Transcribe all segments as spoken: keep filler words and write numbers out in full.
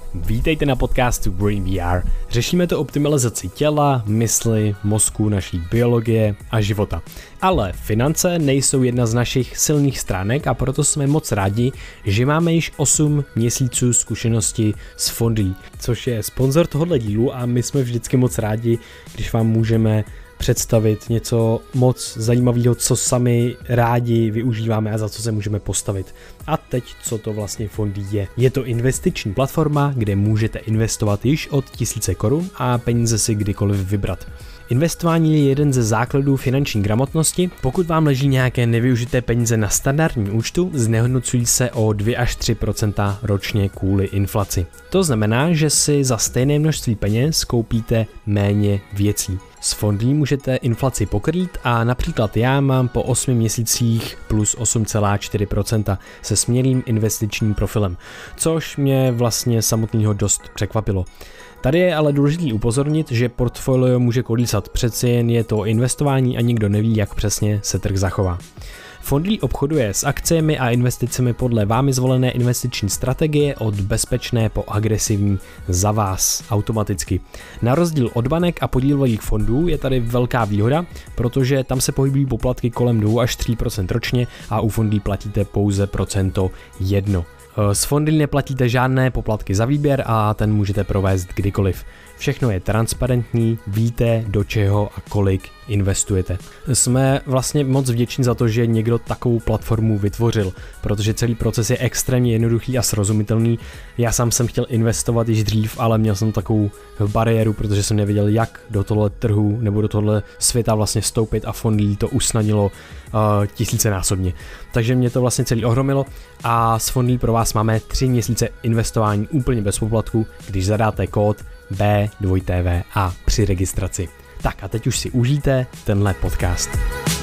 Vítejte na podcastu Brain V R. Řešíme to optimalizaci těla, mysli, mozku, naší biologie a života. Ale finance nejsou jedna z našich silných stránek a proto jsme moc rádi, že máme již osm měsíců zkušenosti s Fondly, což je sponzor tohoto dílu a my jsme vždycky moc rádi, když vám můžeme představit něco moc zajímavého, co sami rádi využíváme a za co se můžeme postavit. A teď, co to vlastně Fondly je. Je to investiční platforma, kde můžete investovat již od tisíce korun a peníze si kdykoliv vybrat. Investování je jeden ze základů finanční gramotnosti. Pokud vám leží nějaké nevyužité peníze na standardním účtu, znehodnocují se o dva až tři procenta ročně kvůli inflaci. To znamená, že si za stejné množství peněz koupíte méně věcí. S Fondly můžete inflaci pokrýt a například já mám po osmi měsících plus osm celá čtyři procenta se směrným investičním profilem, což mě vlastně samotného dost překvapilo. Tady je ale důležité upozornit, že portfolio může kolísat, přeci jen je to investování a nikdo neví, jak přesně se trh zachová. Fondly obchoduje s akciemi a investicemi podle vámi zvolené investiční strategie od bezpečné po agresivní za vás automaticky. Na rozdíl od banek a podílových fondů je tady velká výhoda, protože tam se pohybují poplatky kolem dva až tři procenta ročně a u Fondly platíte pouze procento jedno. S Fondly neplatíte žádné poplatky za výběr a ten můžete provést kdykoliv. Všechno je transparentní, víte, do čeho a kolik investujete. Jsme vlastně moc vděční za to, že někdo takovou platformu vytvořil, protože celý proces je extrémně jednoduchý a srozumitelný. Já sám jsem chtěl investovat již dřív, ale měl jsem takovou bariéru, protože jsem nevěděl, jak do tohle trhu nebo do tohle světa vlastně vstoupit a Fondly to usnadnilo uh, tisícenásobně. Takže mě to vlastně celý ohromilo a s Fondly pro vás máme tři měsíce investování úplně bez poplatku, když zadáte kód B dva T V A při registraci. Tak a teď už si užijte tenhle podcast.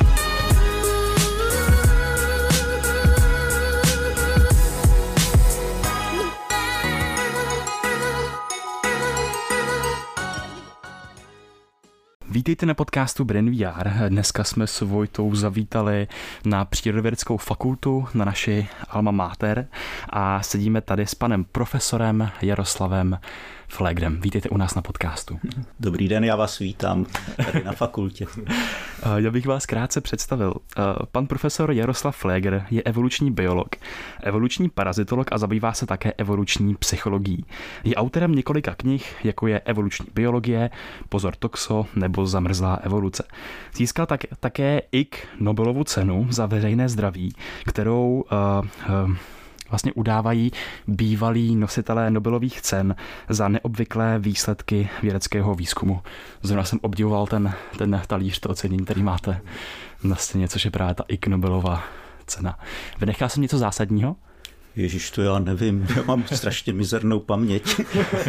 Vítejte na podcastu Brain V R. Dneska jsme s Vojtou zavítali na Přírodovědeckou fakultu, na naši alma mater a sedíme tady s panem profesorem Jaroslavem Flegrem. Vítejte u nás na podcastu. Dobrý den, já vás vítám tady na fakultě. Já bych vás krátce představil. Pan profesor Jaroslav Flegr je evoluční biolog, evoluční parazitolog a zabývá se také evoluční psychologií. Je autorem několika knih, jako je Evoluční biologie, Pozor toxo nebo Zamrzlá evoluce. Získal tak, také I C Nobelovu cenu za veřejné zdraví, kterou uh, uh, vlastně udávají bývalí nositelé Nobelových cen za neobvyklé výsledky vědeckého výzkumu. Zrovna jsem obdivoval ten, ten talíř, to ocenění, který máte na stěně, což je právě ta I C Nobelova cena. Vynechal jsem něco zásadního? Ježiš, to já nevím, já mám strašně mizernou paměť.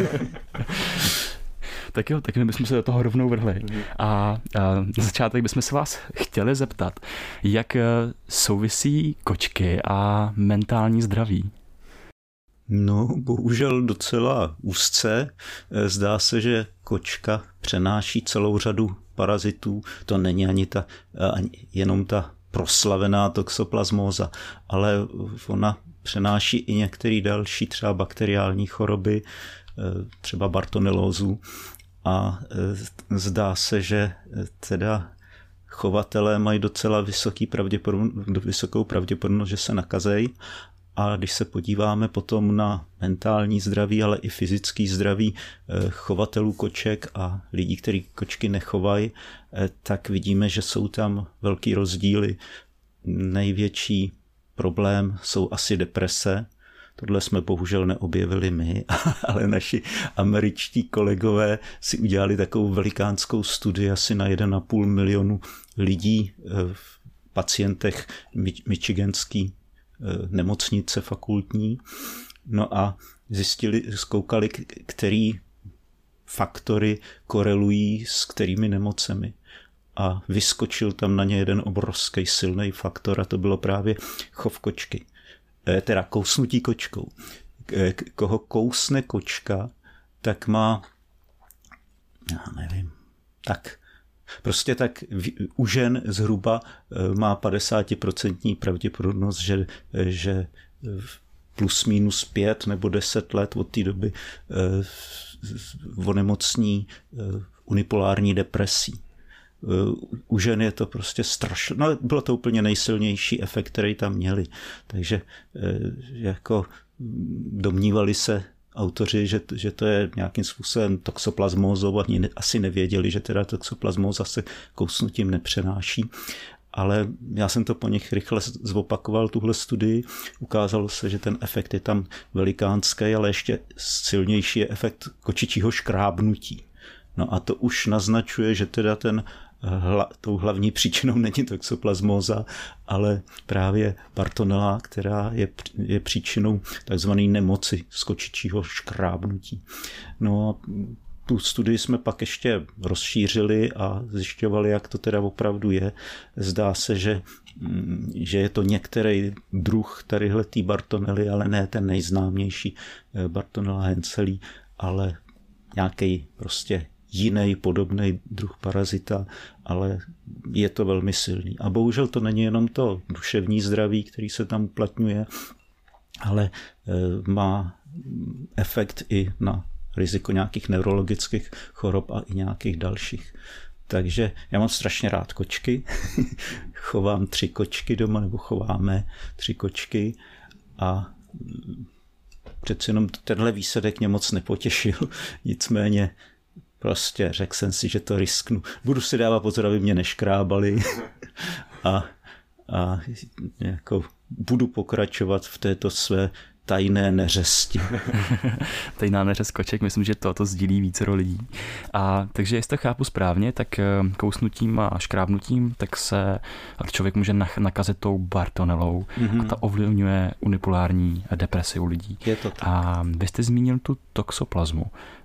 Tak jo, tak my bychom se do toho rovnou vrhli. A, a na začátek bychom se vás chtěli zeptat, jak souvisí kočky a mentální zdraví? No, bohužel docela úzce. Zdá se, že kočka přenáší celou řadu parazitů. To není ani ta, ani jenom ta proslavená toxoplasmóza, ale ona přenáší i některé další třeba bakteriální choroby, třeba bartonelózu. A zdá se, že teda chovatelé mají docela vysoký pravděpodobnost, vysokou pravděpodobnost, že se nakazejí. A když se podíváme potom na mentální zdraví, ale i fyzický zdraví chovatelů koček a lidí, kteří kočky nechovají, tak vidíme, že jsou tam velký rozdíly. Největší problém jsou asi deprese. Tohle jsme bohužel neobjevili my, ale naši američtí kolegové si udělali takovou velikánskou studii asi na jeden a půl milionu lidí v pacientech michiganské nemocnice fakultní. No a zjistili, zkoukali, který faktory korelují s kterými nemocemi. A vyskočil tam na ně jeden obrovský silný faktor a to bylo právě chov kočky. Teda kousnutí kočkou. Koho kousne kočka, tak má, já nevím, tak prostě tak u žen zhruba má padesát procent pravděpodobnost, že, že plus minus pět nebo deset let od té doby onemocní unipolární depresí. U žen je to prostě strašné. No, bylo to úplně nejsilnější efekt, který tam měli. Takže jako domnívali se autoři, že, že to je nějakým způsobem toxoplasmózou, ani asi nevěděli, že teda toxoplasmóza se kousnutím nepřenáší. Ale já jsem to po nich rychle zopakoval, tuhle studii. Ukázalo se, že ten efekt je tam velikánský, ale ještě silnější je efekt kočičího škrábnutí. No a to už naznačuje, že teda ten hla, tou hlavní příčinou není toxoplasmóza, ale právě Bartonella, která je, je příčinou takzvané nemoci z kočičího škrábnutí. No a tu studii jsme pak ještě rozšířili a zjišťovali, jak to teda opravdu je. Zdá se, že, že je to některý druh tadyhletý Bartonelly, ale ne ten nejznámější Bartonella henseli, ale nějaký prostě jiný podobný druh parazita, ale je to velmi silný. A bohužel to není jenom to duševní zdraví, který se tam uplatňuje, ale má efekt i na riziko nějakých neurologických chorob a i nějakých dalších. Takže já mám strašně rád kočky. Chovám tři kočky doma, nebo chováme tři kočky a přeci jenom tenhle výsledek mě moc nepotěšil. Nicméně prostě řekl jsem si, že to risknu. Budu si dávat pozor, aby mě neškrábali a, a jako budu pokračovat v této své tajné neřesti. Tajná neřest koček, myslím, že to, to sdílí vícero lidí. A takže jestli to chápu správně, tak kousnutím a škrábnutím, tak se člověk může nakazit tou Bartonellou mm-hmm. a ta ovlivňuje unipolární depresi u lidí. Je to tak. A vy jste zmínil tu toxoplasmu.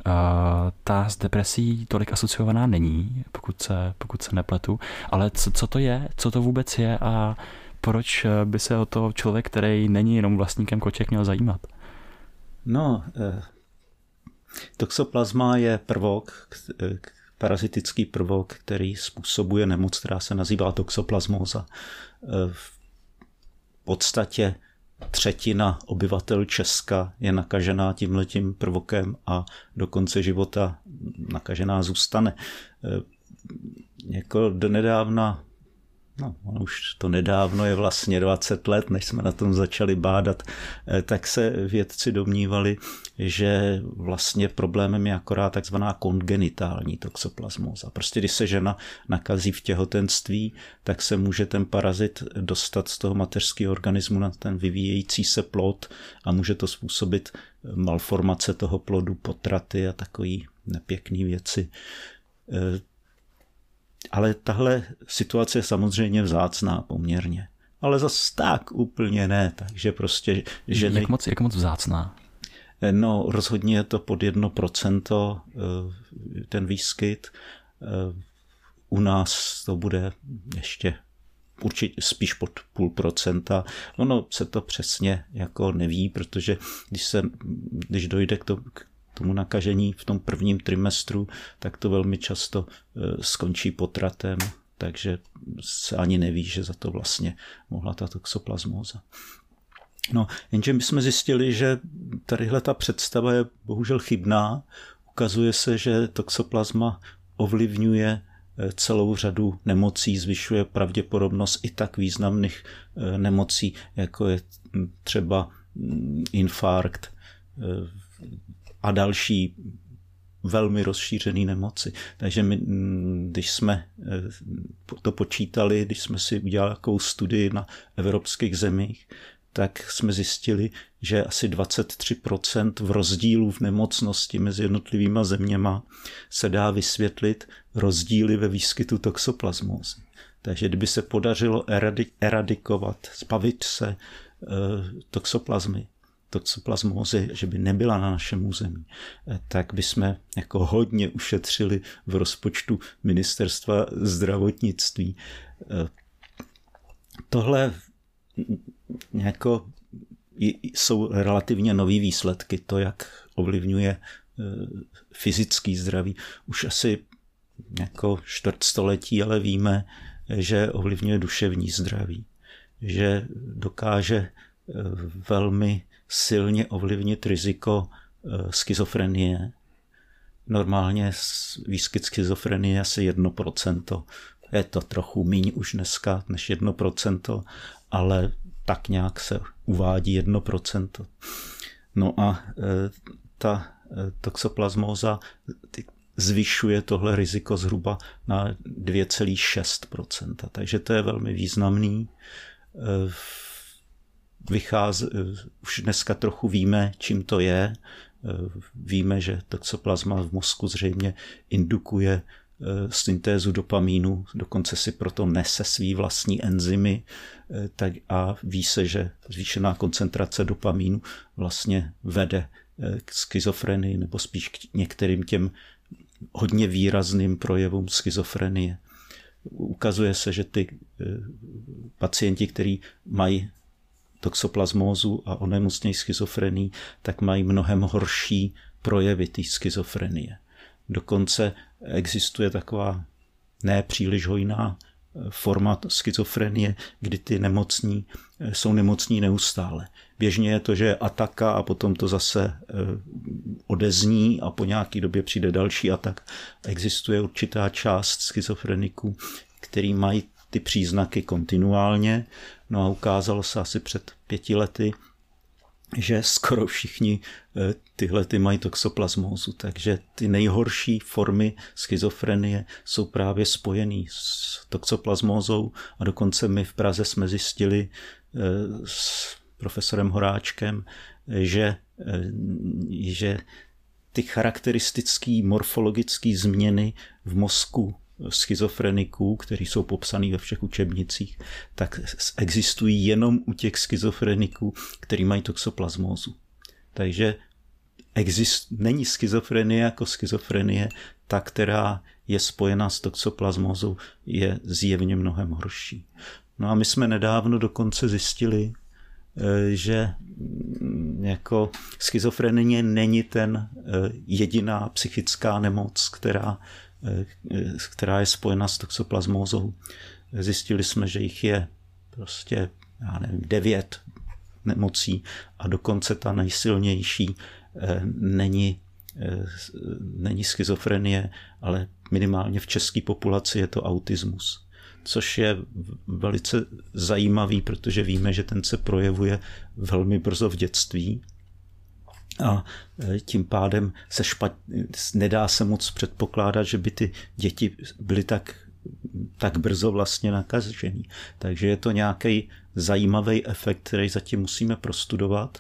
Ta s depresí tolik asociovaná není, pokud se, pokud se nepletu, ale co, co to je? Co to vůbec je a proč by se o to člověk, který není jenom vlastníkem koček, měl zajímat? No, eh, toxoplasma je prvok, eh, parazitický prvok, který způsobuje nemoc, která se nazývá toxoplasmóza. Eh, v podstatě třetina obyvatel Česka je nakažená tímhletím prvokem a do konce života nakažená zůstane. Eh, jako donedávna No, už to nedávno je vlastně dvacet let, než jsme na tom začali bádat, tak se vědci domnívali, že vlastně problémem je akorát takzvaná kongenitální toxoplasmóza. Prostě když se žena nakazí v těhotenství, tak se může ten parazit dostat z toho mateřského organismu na ten vyvíjející se plod a může to způsobit malformace toho plodu, potraty a takové nepěkné věci. Ale tahle situace je samozřejmě vzácná poměrně. Ale zas tak úplně ne, takže prostě ženy... Jak moc, jak moc vzácná? No, rozhodně je to pod jedno procento ten výskyt. U nás to bude ještě určitě spíš pod půl procenta. Ono se to přesně jako neví, protože když, se, když dojde k tomu, tomu nakažení v tom prvním trimestru, tak to velmi často skončí potratem, takže se ani neví, že za to vlastně mohla ta toxoplasmóza. No, jenže my jsme zjistili, že tadyhle ta představa je bohužel chybná. Ukazuje se, že toxoplasma ovlivňuje celou řadu nemocí, zvyšuje pravděpodobnost i tak významných nemocí, jako je třeba infarkt a další velmi rozšířené nemoci. Takže my, když jsme to počítali, když jsme si udělali takovou studii na evropských zemích, tak jsme zjistili, že asi dvacet tři procent v rozdílu v nemocnosti mezi jednotlivýma zeměma se dá vysvětlit rozdíly ve výskytu toxoplasmózy. Takže kdyby se podařilo eradikovat, zbavit se e, toxoplasmy, toxoplasmózy, že by nebyla na našem území, tak bychom jako hodně ušetřili v rozpočtu ministerstva zdravotnictví. Tohle jako jsou relativně nový výsledky, to, jak ovlivňuje fyzický zdraví. Už asi jako čtvrtstoletí, ale víme, že ovlivňuje duševní zdraví, že dokáže velmi silně ovlivnit riziko schizofrenie. Normálně výskyt schizofrenie je asi jedno procento. Je to trochu míň už dneska než jedno procento, ale tak nějak se uvádí jedno procento. No a ta toxoplasmóza zvyšuje tohle riziko zhruba na dvě celá šest procenta. Takže to je velmi významný. Vychází, už dneska trochu víme, čím to je. Víme, že toxoplasma v mozku zřejmě indukuje syntézu dopamínu, dokonce si proto nese svý vlastní enzymy, tak a ví se, že zvýšená koncentrace dopamínu vlastně vede k schizofrenii nebo spíš k některým těm hodně výrazným projevům schizofrenie. Ukazuje se, že ty pacienti, kteří mají toxoplasmózu a onemocnějí schizofrenii, tak mají mnohem horší projevy té schizofrenie. Dokonce existuje taková nepříliš hojná forma schizofrenie, kdy ty nemocní jsou nemocní neustále. Běžně je to, že je ataka a potom to zase odezní a po nějaké době přijde další atak. Existuje určitá část schizofreniků, který mají ty příznaky kontinuálně. No a ukázalo se asi před pěti lety, že skoro všichni tyhle ty mají toxoplasmózu, takže ty nejhorší formy schizofrenie jsou právě spojený s toxoplasmózou a dokonce my v Praze jsme zjistili s profesorem Horáčkem, že, že ty charakteristické morfologické změny v mozku schizofreniků, který jsou popsaný ve všech učebnicích, tak existují jenom u těch schizofreniků, který mají toxoplasmózu. Takže exist, není schizofrenie jako schizofrenie, ta, která je spojena s toxoplasmózou, je zjevně mnohem horší. No a my jsme nedávno dokonce zjistili, že jako schizofrenie není ten jediná psychická nemoc, která která je spojena s toxoplasmózou. Zjistili jsme, že jich je prostě, já nevím, devět nemocí a dokonce ta nejsilnější není, není schizofrenie, ale minimálně v české populaci je to autismus. Což je velice zajímavý, protože víme, že ten se projevuje velmi brzo v dětství. A tím pádem se špatně, nedá se moc předpokládat, že by ty děti byly tak, tak brzo vlastně nakažený. Takže je to nějaký zajímavý efekt, který zatím musíme prostudovat.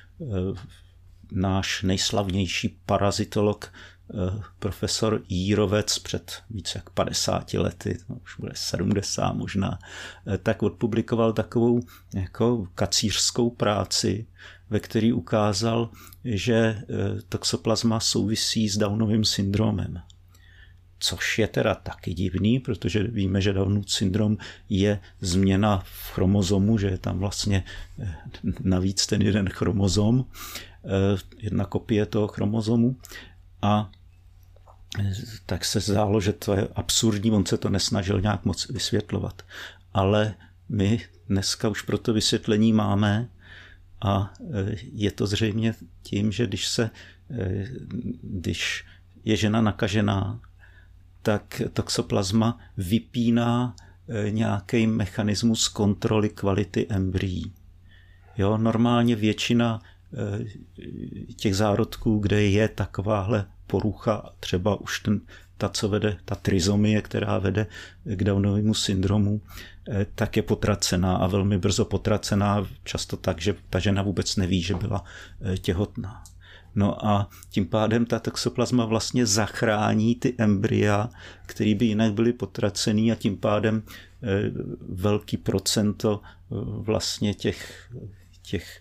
Náš nejslavnější parazitolog, profesor Jírovec před více jak padesáti lety, no už bude sedmdesát možná, tak odpublikoval takovou jako kacířskou práci, ve který ukázal, že toxoplasma souvisí s Downovým syndromem. Což je teda taky divný, protože víme, že Downův syndrom je změna v chromozomu, že je tam vlastně navíc ten jeden chromozom, jedna kopie toho chromozomu a tak se zdálo, že to je absurdní, on se to nesnažil nějak moc vysvětlovat. Ale my dneska už pro to vysvětlení máme a je to zřejmě tím, že když, se, když je žena nakažená, tak toxoplasma vypíná nějaký mechanismus kontroly kvality embryí. Jo, normálně většina těch zárodků, kde je takováhle porucha, třeba už ten, ta, co vede, ta trizomie, která vede k Downovému syndromu, tak je potracená a velmi brzo potracená, často tak, že ta žena vůbec neví, že byla těhotná. No a tím pádem ta toxoplasma vlastně zachrání ty embrya, které by jinak byly potracený a tím pádem velký procento vlastně těch, těch,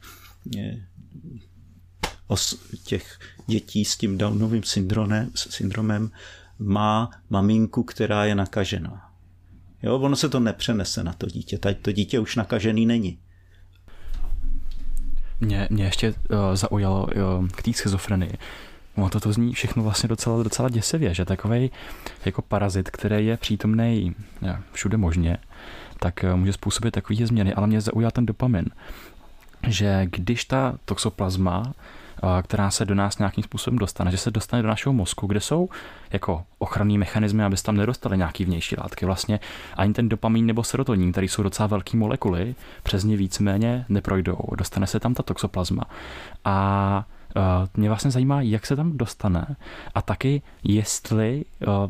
těch dětí s tím Downovým syndromem, syndromem má maminku, která je nakažená. Jo, ono se to nepřenese na to dítě. Tady to dítě už nakažený není. Mě, mě ještě uh, zaujalo uh, k té schizofrenii. Ono to, to zní všechno vlastně docela, docela děsivě, že takovej jako parazit, který je přítomný všude možně, tak uh, může způsobit takové změny, ale mě zaujal ten dopamin. že když ta toxoplasma, která se do nás nějakým způsobem dostane, že se dostane do našeho mozku, kde jsou jako ochranný mechanismy, aby se tam nedostaly nějaký vnější látky. Vlastně ani ten dopamin nebo serotonin, který jsou docela velký molekuly, přes ně víceméně neprojdou. Dostane se tam ta toxoplasma. A mě vlastně zajímá, jak se tam dostane a taky jestli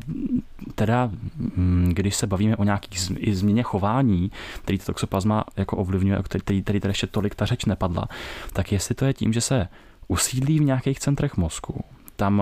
teda, když se bavíme o nějakých změně chování, který ta toxoplasma jako ovlivňuje, který tady ještě tolik ta řeč nepadla, tak jestli to je tím, že se usídlí v nějakých centrech mozku, tam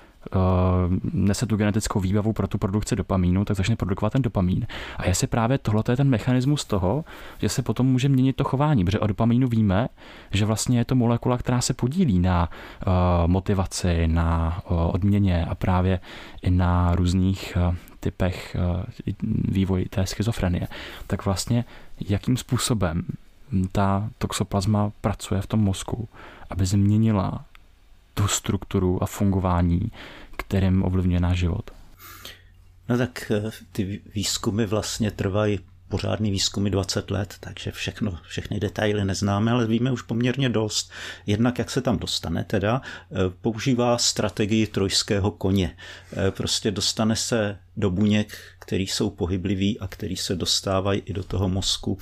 uh, nese tu genetickou výbavu pro tu produkci dopamínu, tak začne produkovat ten dopamín. A jestli právě tohle je ten mechanismus toho, že se potom může měnit to chování, protože o dopamínu víme, že vlastně je to molekula, která se podílí na uh, motivaci, na uh, odměně a právě i na různých uh, typech uh, vývoji té schizofrenie. Tak vlastně jakým způsobem ta toxoplasma pracuje v tom mozku, aby změnila tu strukturu a fungování, kterým ovlivňuje náš život. No tak ty výzkumy vlastně trvají, pořádný výzkumy dvacet let, takže všechno, všechny detaily neznáme, ale víme už poměrně dost. Jednak jak se tam dostane, teda používá strategii trojského koně. Prostě dostane se do buněk, který jsou pohybliví a který se dostávají i do toho mozku.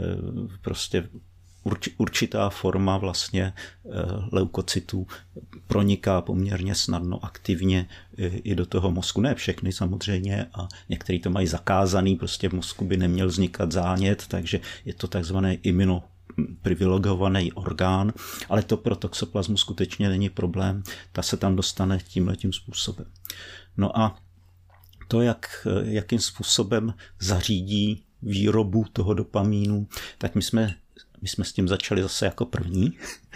Prostě určitá forma vlastně leukocytů proniká poměrně snadno, aktivně i do toho mozku. Ne všechny samozřejmě a některý to mají zakázaný, prostě v mozku by neměl vznikat zánět, takže je to takzvaný imunoprivilegovaný orgán, ale to pro toxoplasmu skutečně není problém, ta se tam dostane tímhletím způsobem. No a to, jak, jakým způsobem zařídí výrobu toho dopamínu, tak my jsme My jsme s tím začali zase jako první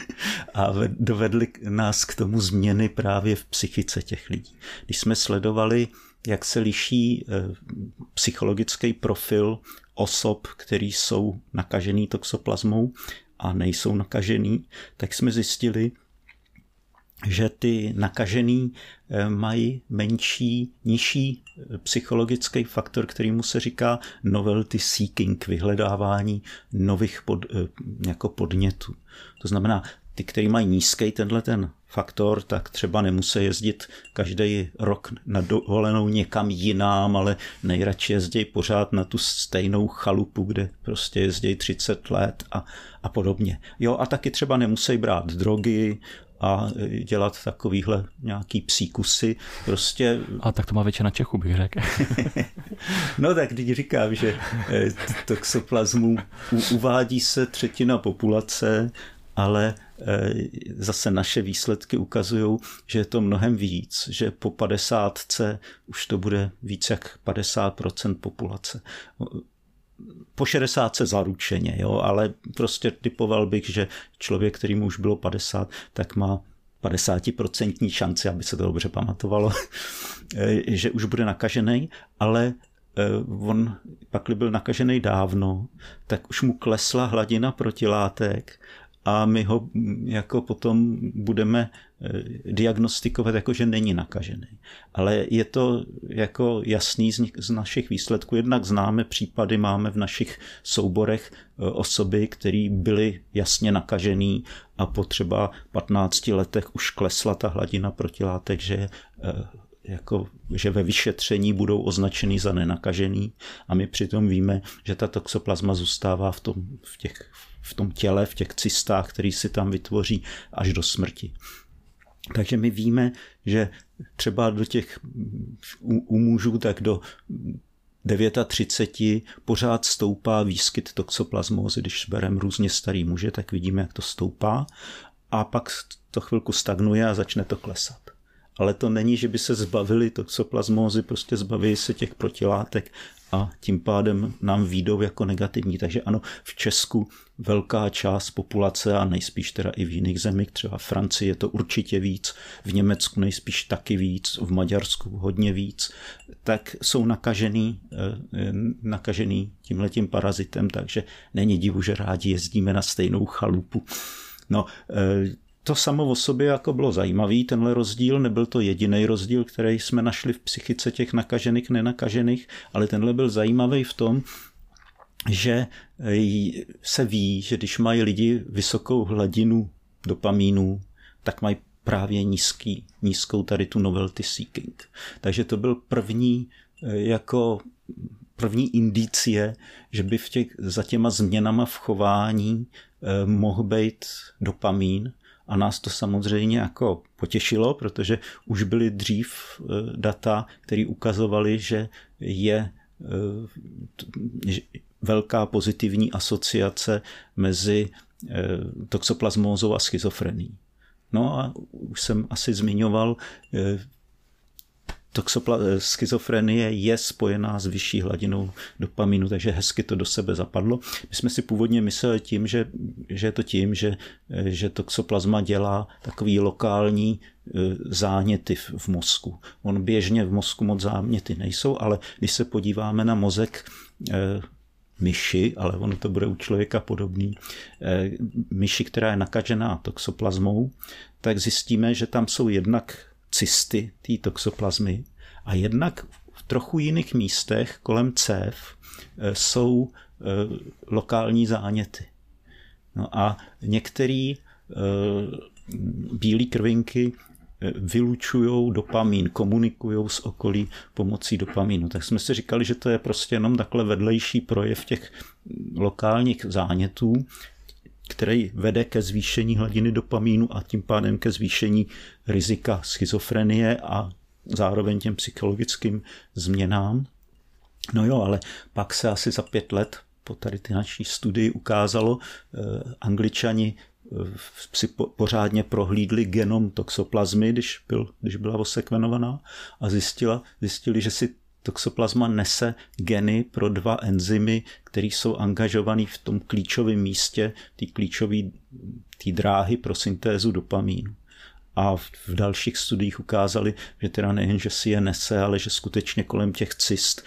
a dovedli nás k tomu změny právě v psychice těch lidí. Když jsme sledovali, jak se liší psychologický profil osob, který jsou nakažený toxoplasmou a nejsou nakažený, tak jsme zjistili, že ty nakažený mají menší, nižší psychologický faktor, kterýmu se říká novelty seeking, vyhledávání nových pod, jako podnětů. To znamená, ty, kteří mají nízký tenhle ten faktor, tak třeba nemusí jezdit každý rok na dovolenou někam jinam, ale nejradši jezdí pořád na tu stejnou chalupu, kde prostě jezdí třicet let a, a podobně. Jo, a taky třeba nemusí brát drogy a dělat takovýhle nějaký psí kusy. Prostě... A tak to má většina Čechů, bych řekl. No tak když říkám, že toxoplasmu uvádí se třetina populace, ale zase naše výsledky ukazují, že je to mnohem víc, že po padesátce už to bude víc jak padesát procent populace. Po šedesátce zaručeně, jo, ale prostě typoval bych, že člověk, kterýmu už bylo padesát, tak má padesátiprocentní šanci, aby se to dobře pamatovalo, že už bude nakažený, ale on pakli byl nakažený dávno, tak už mu klesla hladina protilátek a my ho jako potom budeme diagnostikovat jako, že není nakažený. Ale je to jako jasný z našich výsledků. Jednak známe případy, máme v našich souborech osoby, které byly jasně nakažený a po třeba patnácti letech už klesla ta hladina protilátek, že jako, že ve vyšetření budou označený za nenakažený a my přitom víme, že ta toxoplasma zůstává v tom, v těch, v tom těle, v těch cystách, který si tam vytvoří až do smrti. Takže my víme, že třeba do těch u, u mužů tak do třicet devět pořád stoupá výskyt toxoplasmózy. Když bereme různě starý muže, tak vidíme, jak to stoupá a pak to chvilku stagnuje a začne to klesat. Ale to není, že by se zbavili toxoplasmózy, prostě zbaví se těch protilátek a tím pádem nám výjdou jako negativní. Takže ano, v Česku velká část populace a nejspíš teda i v jiných zemích, třeba v Francii je to určitě víc, v Německu nejspíš taky víc, v Maďarsku hodně víc, tak jsou nakažený, nakažený tímhletím parazitem, takže není divu, že rádi jezdíme na stejnou chalupu. No, to samo o sobě jako bylo zajímavý, tenhle rozdíl, nebyl to jediný rozdíl, který jsme našli v psychice těch nakažených, nenakažených, ale tenhle byl zajímavý v tom, že se ví, že když mají lidi vysokou hladinu dopamínu, tak mají právě nízký, nízkou tady tu novelty seeking. Takže to byl první jako první indicie, že by v těch, za těma změnama v chování eh, mohl být dopamín. A nás to samozřejmě jako potěšilo, protože už byly dřív eh, data, které ukazovaly, že je eh, velká pozitivní asociace mezi eh, toxoplasmózou a schizofrenií. No a už jsem asi zmiňoval, eh, Toxopla- schizofrenie je spojená s vyšší hladinou dopaminu, takže hezky to do sebe zapadlo. My jsme si původně mysleli tím, že, že je to tím, že, že toxoplasma dělá takový lokální záněty v, v mozku. On běžně v mozku moc záněty nejsou, ale když se podíváme na mozek myši, ale ono to bude u člověka podobný, myši, která je nakažená toxoplasmou, tak zjistíme, že tam jsou jednak cysty té toxoplasmy a jednak v trochu jiných místech kolem cév jsou lokální záněty. No a některé bílé krvinky vylučují dopamín, komunikují s okolí pomocí dopamínu. Tak jsme si říkali, že to je prostě jenom takhle vedlejší projev těch lokálních zánětů, který vede ke zvýšení hladiny dopamínu a tím pádem ke zvýšení rizika schizofrenie a zároveň těm psychologickým změnám. No jo, ale pak se asi za pět let po tady ty naší studii ukázalo, eh, Angličani si pořádně prohlídli genom toxoplasmy, když, byl, když byla osekvenovaná a zjistila, zjistili, že si toxoplasma nese geny pro dva enzymy, které jsou angažované v tom klíčovém místě, ty klíčové ty dráhy pro syntézu dopamínu. A v, v dalších studiích ukázali, že teda nejen, že si je nese, ale že skutečně kolem těch cyst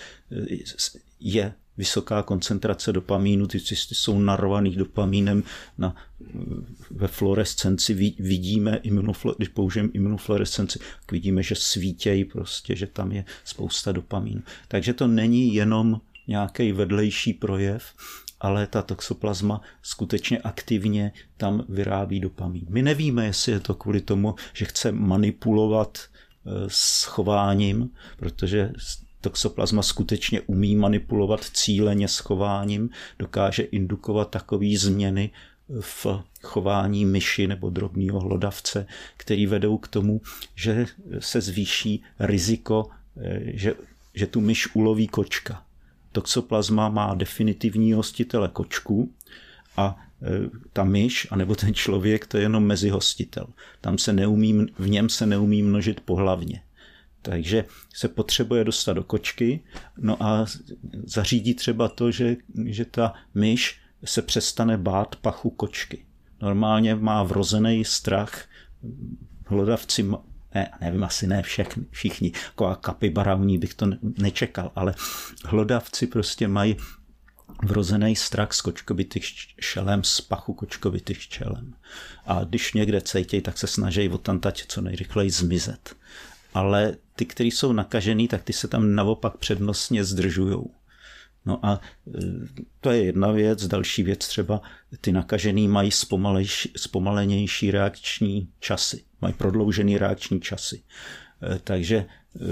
je vysoká koncentrace dopamínu, ty cysty jsou narvaný dopamínem na, ve fluorescenci, vidíme, když použijeme imunofluorescenci, tak vidíme, že svítějí prostě, že tam je spousta dopamínu. Takže to není jenom nějaký vedlejší projev, ale ta toxoplasma skutečně aktivně tam vyrábí dopamín. My nevíme, jestli je to kvůli tomu, že chce manipulovat s chováním, protože toxoplasma skutečně umí manipulovat cíleně s chováním, dokáže indukovat takové změny v chování myši nebo drobného hlodavce, které vedou k tomu, že se zvýší riziko, že, že tu myš uloví kočka. Toxoplasma má definitivního hostitele kočku a ta myš, anebo ten člověk, to je jenom mezihostitel. Tam se neumí, v něm se neumí množit pohlavně. Takže se potřebuje dostat do kočky, no a zařídí třeba to, že, že ta myš se přestane bát pachu kočky. Normálně má vrozený strach, hlodavci, ne, nevím, asi ne všechny, všichni, jako kapibara, u ní bych to nečekal, ale hlodavci prostě mají vrozený strach z kočkovitých šelem, z pachu kočkovitých šelem. A když někde cejtějí, tak se snaží odtamtať co nejrychleji zmizet. Ale ty, kteří jsou nakažený, tak ty se tam naopak přednostně zdržujou. No a to je jedna věc. Další věc třeba, ty nakažený mají zpomalenější reakční časy. Mají prodloužený reakční časy. Takže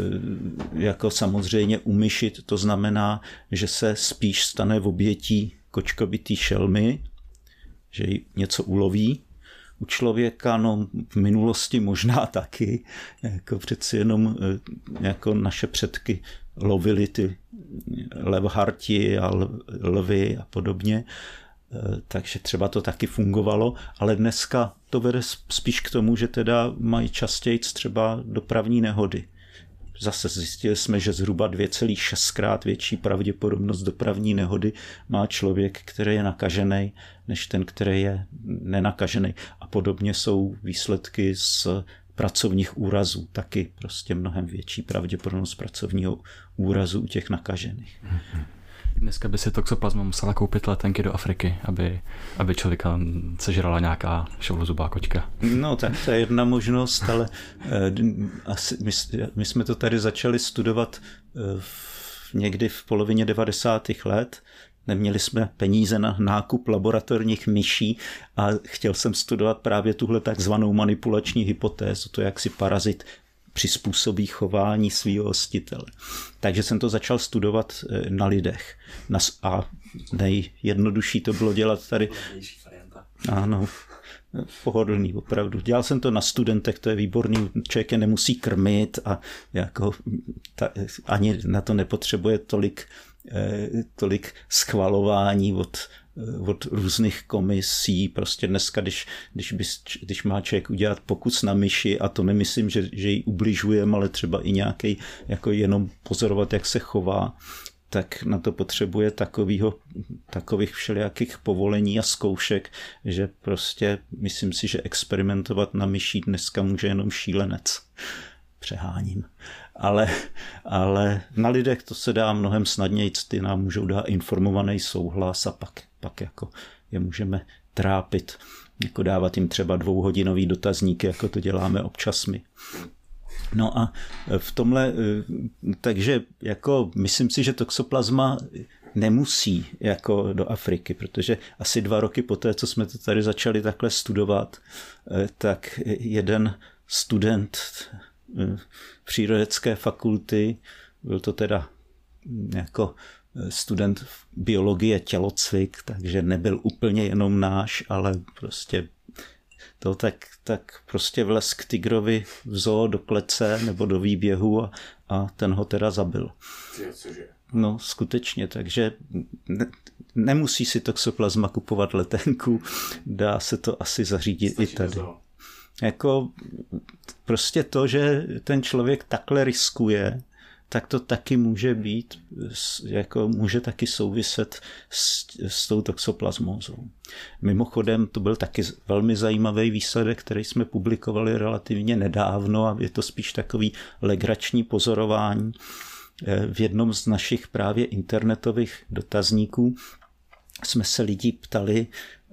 jako samozřejmě umyšit, to znamená, že se spíš stane v obětí kočkovitý šelmy, že něco uloví. U člověka, no v minulosti možná taky, jako přeci jenom jako naše předky lovili ty levharti a lvy a podobně, takže třeba to taky fungovalo, ale dneska to vede spíš k tomu, že teda mají častěji třeba dopravní nehody. Zase zjistili jsme, že zhruba dvě celá šest krát větší pravděpodobnost dopravní nehody má člověk, který je nakažený, než ten, který je nenakažený. A podobně jsou výsledky z pracovních úrazů. Taky prostě mnohem větší pravděpodobnost pracovního úrazu u těch nakažených. Dneska by si toxoplasma musela koupit letenky do Afriky, aby, aby člověka sežrala nějaká šoulozubá kočka. No tak to je jedna možnost, ale asi my, my jsme to tady začali studovat v, někdy v polovině devadesátých let, neměli jsme peníze na nákup laboratorních myší a chtěl jsem studovat právě tuhle takzvanou manipulační hypotézu, to jak si parazit přizpůsobí chování svého hostitele. Takže jsem to začal studovat na lidech. A nejjednodušší to bylo dělat tady. Ano, pohodlný, opravdu. Dělal jsem to na studentech, to je výborný, člověk je nemusí krmit a jako ta, ani na to nepotřebuje tolik, eh, tolik schvalování od, od různých komisí. Prostě dneska, když, když, bys, když má člověk udělat pokus na myši, a to nemyslím, že, že ji ubližujeme, ale třeba i nějaký, jako jenom pozorovat, jak se chová, tak na to potřebuje takovýho, takových všelijakých povolení a zkoušek, že prostě myslím si, že experimentovat na myší dneska může jenom šílenec. Přeháním. Ale, ale na lidech to se dá mnohem snadněji, ty nám můžou dát informovaný souhlas a pak, pak jako je můžeme trápit, jako dávat jim třeba dvouhodinový dotazníky, jako to děláme občas my. No a v tomhle, takže jako myslím si, že toxoplasma nemusí jako do Afriky, protože asi dva roky poté, co jsme to tady začali takhle studovat, tak jeden student přírodecké fakulty, byl to teda jako student biologie tělocvik, takže nebyl úplně jenom náš, ale prostě to tak, tak prostě vlez k tigrovi v zoo do klece nebo do výběhu a, a ten ho teda zabil. No skutečně, takže ne, nemusí si toxoplasma kupovat letenku, dá se to asi zařídit i tady. Jako prostě to, že ten člověk takhle riskuje, tak to taky může být, jako může taky souviset s, s tou toxoplasmózou. Mimochodem, to byl taky velmi zajímavý výsledek, který jsme publikovali relativně nedávno a je to spíš takový legrační pozorování. V jednom z našich právě internetových dotazníků jsme se lidí ptali,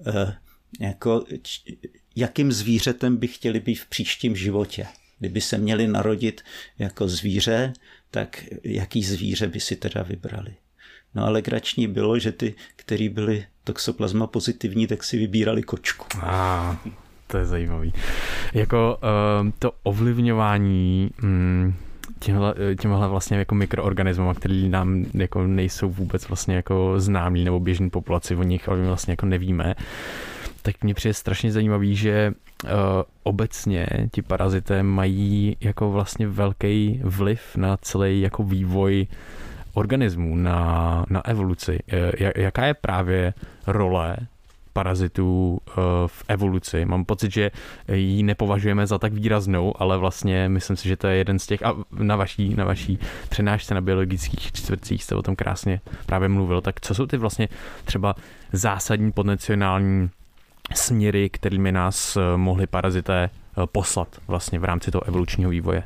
jako, jakým zvířetem by chtěli být v příštím životě. Kdyby se měli narodit jako zvíře, tak jaký zvíře by si teda vybrali. No a legrační bylo, že ty, kteří byli toxoplasma pozitivní, tak si vybírali kočku. Ah, to je zajímavý. Jako uh, to ovlivňování um, těmhle, těmhle vlastně jako mikroorganismama, který nám jako nejsou vůbec vlastně jako známí nebo běžný populaci, o nich ale vlastně jako nevíme, tak mně přijde strašně zajímavý, že uh, obecně ti parazité mají jako vlastně velký vliv na celý jako vývoj organismů, na, na evoluci. Uh, jaká je právě role parazitů uh, v evoluci? Mám pocit, že ji nepovažujeme za tak výraznou, ale vlastně myslím si, že to je jeden z těch, a na vaší, na vaší přednášce na biologických čtvrtcích jste o tom krásně právě mluvil, tak co jsou ty vlastně třeba zásadní potenciální směry, kterými nás mohli parazité poslat vlastně v rámci toho evolučního vývoje?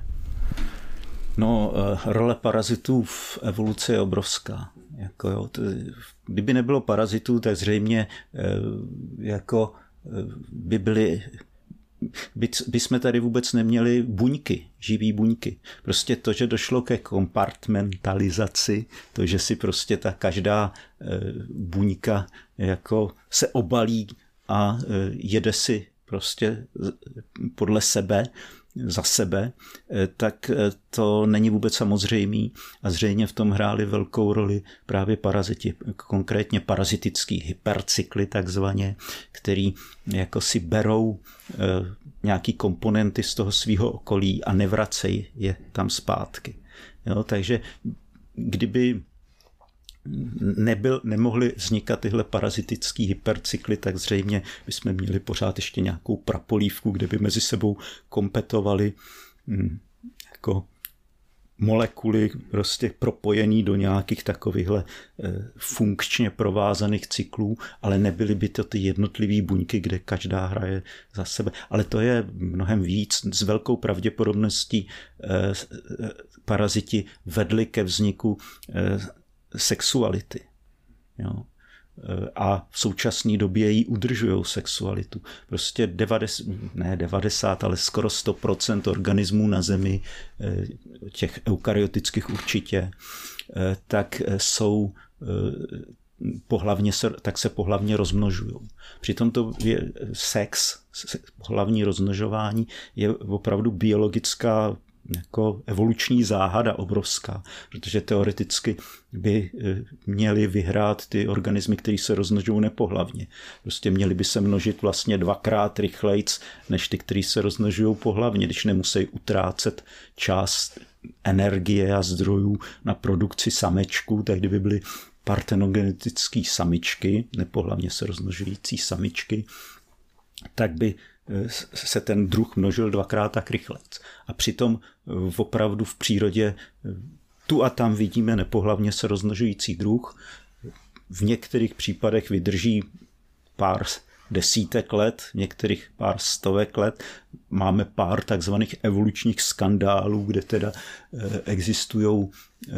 No, role parazitů v evoluci je obrovská. Jako jo, to, kdyby nebylo parazitů, tak zřejmě jako by byly by, by jsme tady vůbec neměli buňky, živý buňky. Prostě to, že došlo ke kompartmentalizaci, to, že si prostě ta každá buňka jako se obalí a jede si prostě podle sebe, za sebe, tak to není vůbec samozřejmý a zřejmě v tom hráli velkou roli právě paraziti, konkrétně parazitický hypercykly takzvaně, který jako si berou nějaký komponenty z toho svého okolí a nevracejí je tam zpátky. Jo, takže kdyby nebyl, nemohly vznikat tyhle parazitický hypercykly, tak zřejmě bychom měli pořád ještě nějakou prapolívku, kde by mezi sebou kompetovali hm, jako molekuly prostě propojený do nějakých takovýchhle eh, funkčně provázaných cyklů, ale nebyly by to ty jednotlivé buňky, kde každá hraje za sebe. Ale to je mnohem víc. S velkou pravděpodobností eh, paraziti vedli ke vzniku eh, sexuality. Jo. A v současné době ji udržují sexualitu. Prostě devadesát, ne devadesát, ale skoro sto procent organismů na Zemi, těch eukaryotických určitě, tak jsou pohlavně se, tak se pohlavně rozmnožují. Přitom to je sex, pohlavní rozmnožování je opravdu biologická jako evoluční záhada obrovská, protože teoreticky by měly vyhrát ty organismy, které se rozmnožují nepohlavně. Prostě měly by se množit vlastně dvakrát rychlejc, než ty, které se rozmnožují pohlavně, když nemusí utrácet část energie a zdrojů na produkci samečků, tak kdyby byly partenogenetické samičky, nepohlavně se rozmnožující samičky, tak by se ten druh množil dvakrát tak rychle. A přitom opravdu v přírodě tu a tam vidíme nepohlavně se rozmnožující druh. V některých případech vydrží pár desítek let, v některých pár stovek let. Máme pár takzvaných evolučních skandálů, kde teda existují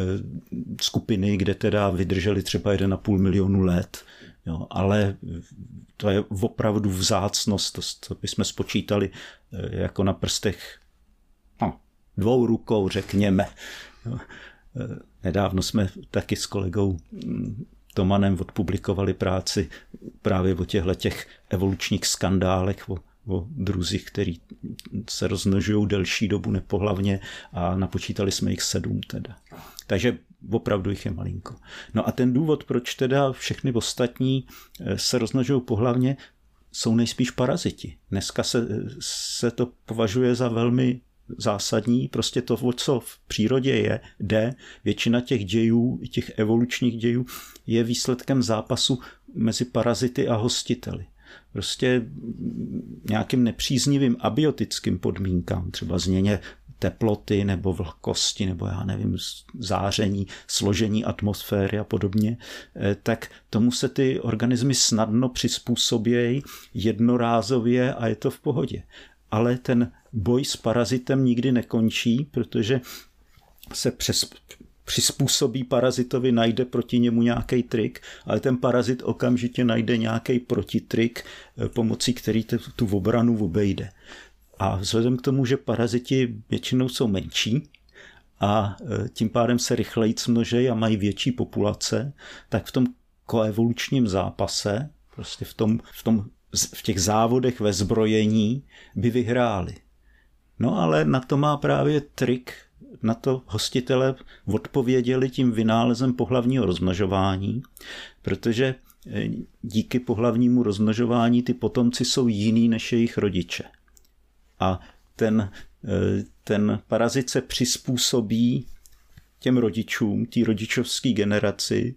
skupiny, kde teda vydrželi třeba jeden a půl milionu let. Jo, ale to je opravdu vzácnost, to, to bychom spočítali jako na prstech no, dvou rukou, řekněme. Jo. Nedávno jsme taky s kolegou Tomanem odpublikovali práci právě o těchto těch evolučních skandálech, o, o druzích, který se rozmnožují delší dobu nepohlavně a napočítali jsme jich sedm teda. Takže opravdu jich je malinko. No a ten důvod, proč teda všechny ostatní se rozmnožují pohlavně, jsou nejspíš paraziti. Dneska se, se to považuje za velmi zásadní, prostě to, o co v přírodě je, jde, většina těch dějů, těch evolučních dějů, je výsledkem zápasu mezi parazity a hostiteli. Prostě nějakým nepříznivým abiotickým podmínkám, třeba změně teploty nebo vlhkosti nebo já nevím, záření, složení atmosféry a podobně, tak tomu se ty organismy snadno přizpůsobějí jednorázově a je to v pohodě. Ale ten boj s parazitem nikdy nekončí, protože se přes, přizpůsobí parazitovi, najde proti němu nějaký trik, ale ten parazit okamžitě najde nějaký protitrik, pomocí který tu obranu obejde. A vzhledem k tomu, že paraziti většinou jsou menší a tím pádem se rychleji množejí a mají větší populace, tak v tom koevolučním zápase, prostě v, tom, v, tom, v těch závodech ve zbrojení by vyhráli. No ale na to má právě trik, na to hostitele odpověděli tím vynálezem pohlavního rozmnožování, protože díky pohlavnímu rozmnožování ty potomci jsou jiný než jejich rodiče. A ten, ten parazit se přizpůsobí těm rodičům, té rodičovské generaci,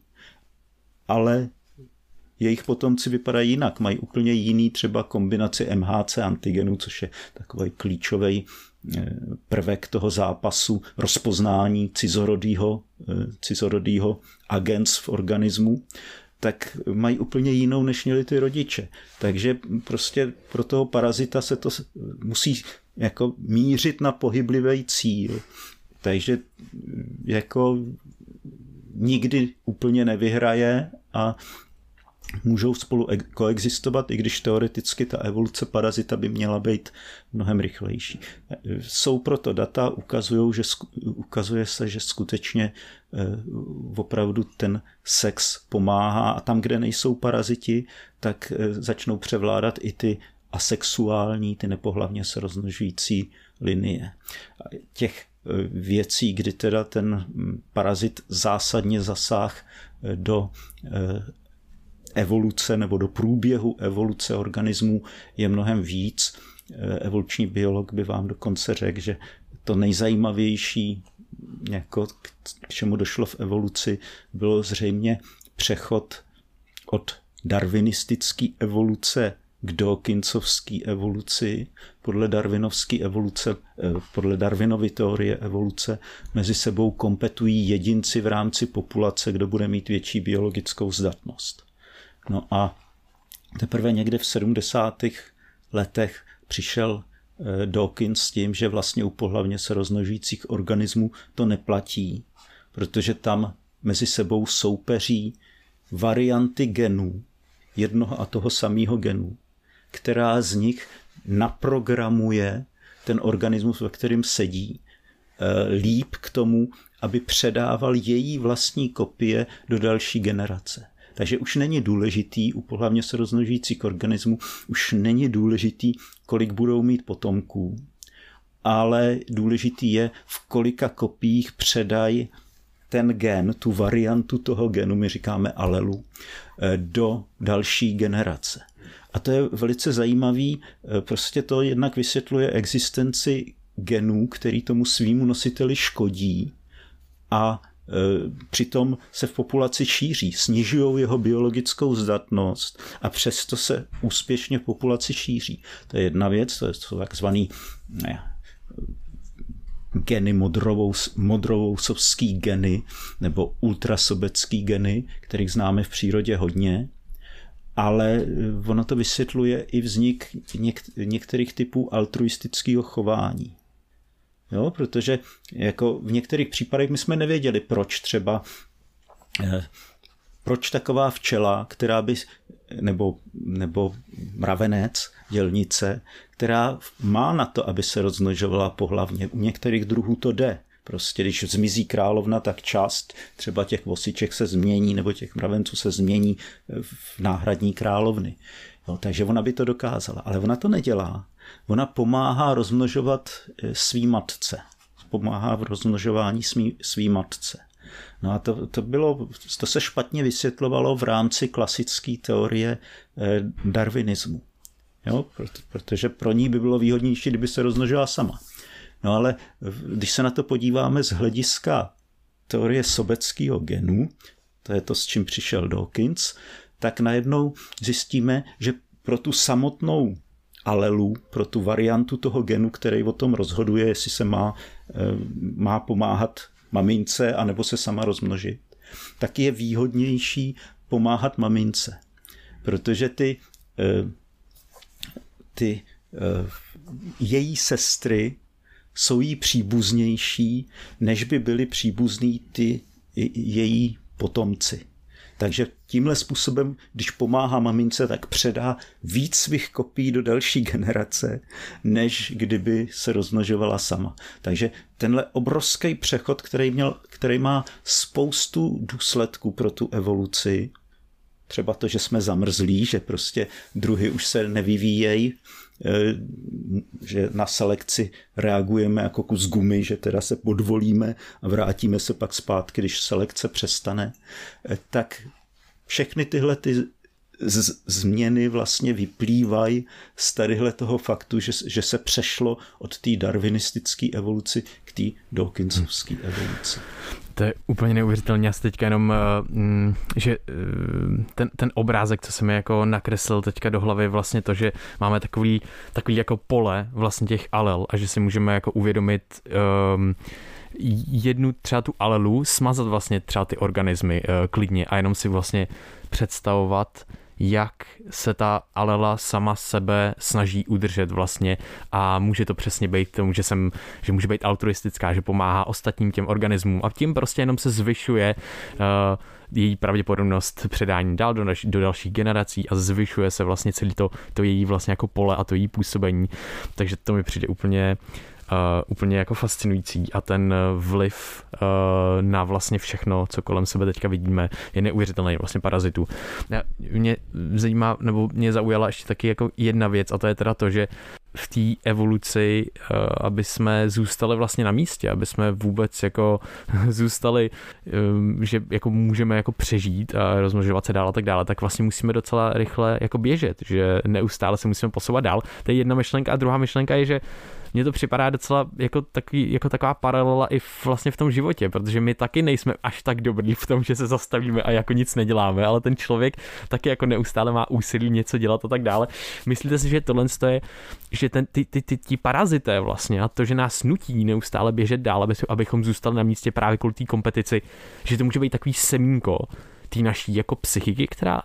ale jejich potomci vypadají jinak. Mají úplně jiný třeba kombinaci M H C antigenů, což je takový klíčový prvek toho zápasu, rozpoznání cizorodýho, cizorodýho agens v organismu, tak mají úplně jinou, než měli ty rodiče. Takže prostě pro toho parazita se to musí jako mířit na pohyblivý cíl. Takže jako nikdy úplně nevyhraje a můžou spolu koexistovat, i když teoreticky ta evoluce parazita by měla být mnohem rychlejší. Jsou proto data, ukazují, že, ukazuje se, že skutečně opravdu ten sex pomáhá a tam, kde nejsou paraziti, tak začnou převládat i ty asexuální, ty nepohlavně se rozmnožující linie. Těch věcí, kdy teda ten parazit zásadně zasáhl do evoluce nebo do průběhu evoluce organismů je mnohem víc. Evoluční biolog by vám dokonce řekl, že to nejzajímavější, jako k čemu došlo v evoluci, bylo zřejmě přechod od darwinistické evoluce k dawkinsovské evoluci. Podle darwinovské evoluce, podle Darwinovy teorie evoluce mezi sebou kompetují jedinci v rámci populace, kdo bude mít větší biologickou zdatnost. No a teprve někde v sedmdesátých letech přišel Dawkins s tím, že vlastně u pohlavně se rozmnožujících organismů to neplatí, protože tam mezi sebou soupeří varianty genů, jednoho a toho samého genu, která z nich naprogramuje ten organismus, ve kterém sedí, líp k tomu, aby předával její vlastní kopie do další generace. Takže už není důležitý u pohlavně se rozmnožujících organismů, už není důležitý, kolik budou mít potomků, ale důležitý je, v kolika kopiích předají ten gen, tu variantu toho genu, my říkáme alelu, do další generace. A to je velice zajímavý, prostě to jednak vysvětluje existenci genů, který tomu svýmu nositeli škodí a e, přitom se v populaci šíří, snižují jeho biologickou zdatnost a přesto se úspěšně v populaci šíří. To je jedna věc, to jsou takzvaný ne, geny modrovou, modrovousovský geny nebo ultrasobecký geny, kterých známe v přírodě hodně, ale ono to vysvětluje i vznik něk- některých typů altruistického chování. Jo, protože jako v některých případech my jsme nevěděli, proč třeba eh, proč taková včela, která by, nebo, nebo mravenec, dělnice, která má na to, aby se rozmnožovala pohlavně. U některých druhů to jde. Prostě když zmizí královna, tak část třeba těch vosiček se změní, nebo těch mravenců se změní v náhradní královny. Jo, takže ona by to dokázala, ale ona to nedělá. Ona pomáhá rozmnožovat svý matce. Pomáhá v rozmnožování svý, svý matce. No a to, to, bylo, to se špatně vysvětlovalo v rámci klasické teorie darwinismu. Jo, protože pro ní by bylo výhodnější, kdyby se rozmnožila sama. No ale když se na to podíváme z hlediska teorie sobeckého genu, to je to, s čím přišel Dawkins, tak najednou zjistíme, že pro tu samotnou alelu, pro tu variantu toho genu, který o tom rozhoduje, jestli se má, má pomáhat mamince anebo se sama rozmnožit, tak je výhodnější pomáhat mamince. Protože ty, ty její sestry jsou jí příbuznější, než by byly příbuzní ty její potomci. Takže tímhle způsobem, když pomáhá mamince, tak předá víc svých kopií do další generace, než kdyby se rozmnožovala sama. Takže tenhle obrovský přechod, který, měl, který má spoustu důsledků pro tu evoluci, třeba to, že jsme zamrzlí, že prostě druhy už se nevyvíjejí, že na selekci reagujeme jako kus gumy, že teda se podvolíme a vrátíme se pak zpátky, když selekce přestane, tak všechny tyhle ty z- změny vlastně vyplývají z tadyhle toho faktu, že, že se přešlo od té darwinistické evoluci k té dawkinsovské evoluci. To je úplně neuvěřitelně. Já si teďka jenom, že ten, ten obrázek, co jsem mi jako nakreslil teďka do hlavy, vlastně to, že máme takový, takový jako pole vlastně těch alel a že si můžeme jako uvědomit um, jednu třeba tu alelu, smazat vlastně třeba ty organismy uh, klidně a jenom si vlastně představovat, jak se ta alela sama sebe snaží udržet vlastně a může to přesně být tomu, že, jsem, že může být altruistická, že pomáhá ostatním těm organismům a tím prostě jenom se zvyšuje uh, její pravděpodobnost předání dál do, do dalších generací a zvyšuje se vlastně celý to, to její vlastně jako pole a to její působení, takže to mi přijde úplně Uh, úplně jako fascinující a ten vliv uh, na vlastně všechno, co kolem sebe teďka vidíme, je neuvěřitelný vlastně parazitů. Mě zajímá, nebo mě zaujala ještě taky jako jedna věc a to je teda to, že v té evoluci, uh, aby jsme zůstali vlastně na místě, aby jsme vůbec jako zůstali, um, že jako můžeme jako přežít a rozmnožovat se dál a tak dále, tak vlastně musíme docela rychle jako běžet, že neustále se musíme posouvat dál. To je jedna myšlenka a druhá myšlenka je, že mně to připadá docela jako, takový, jako taková paralela i vlastně v tom životě, protože my taky nejsme až tak dobrý v tom, že se zastavíme a jako nic neděláme, ale ten člověk taky jako neustále má úsilí něco dělat a tak dále. Myslíte si, že tohle je, že ten, ty, ty, ty, ty parazité vlastně a to, že nás nutí neustále běžet dál, aby, abychom zůstali na místě právě kvůli té kompetici, že to může být takový semínko té naší jako psychiky, která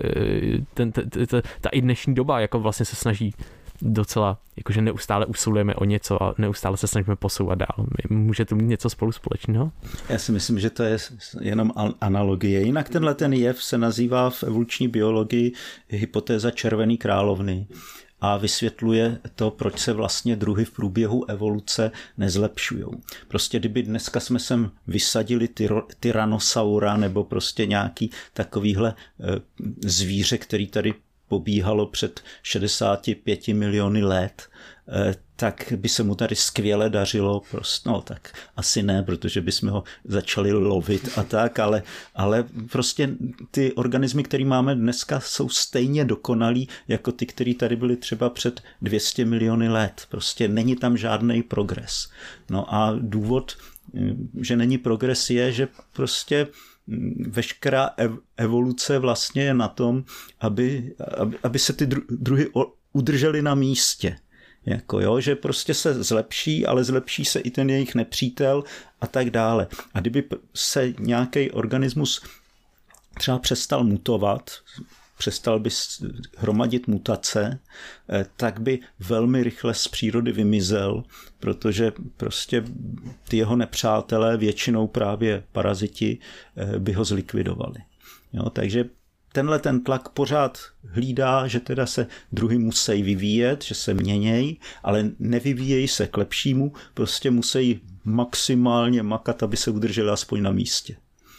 ten, ten, ten, ta, ta i dnešní doba jako vlastně se snaží docela, jakože neustále usilujeme o něco a neustále se snažíme posouvat dál. Může to mít něco spolu společného? Já si myslím, že to je jenom analogie. Jinak tenhle ten jev se nazývá v evoluční biologii hypotéza červené královny. a vysvětluje to, proč se vlastně druhy v průběhu evoluce nezlepšují. Prostě kdyby dneska jsme sem vysadili tyro, tyrannosaura nebo prostě nějaký takovýhle zvíře, který tady pobíhalo před šedesáti pěti miliony let, tak by se mu tady skvěle dařilo, prostě, no tak asi ne, protože bychom ho začali lovit a tak, ale, ale prostě ty organismy, které máme dneska, jsou stejně dokonalí jako ty, které tady byly třeba před dvěma sty miliony let. Prostě není tam žádný progres. No a důvod, že není progres, je, že prostě veškerá evoluce vlastně je na tom, aby, aby, aby se ty druhy udržely na místě. Jako jo, že prostě se zlepší, ale zlepší se i ten jejich nepřítel a tak dále. A kdyby se nějaký organismus třeba přestal mutovat, přestal by hromadit mutace, tak by velmi rychle z přírody vymizel, protože prostě ty jeho nepřátelé, většinou právě paraziti, by ho zlikvidovali. Jo, takže tenhle ten tlak pořád hlídá, že teda se druhy musí vyvíjet, že se měnějí, ale nevyvíjejí se k lepšímu, prostě musí maximálně makat, aby se udrželi aspoň na místě.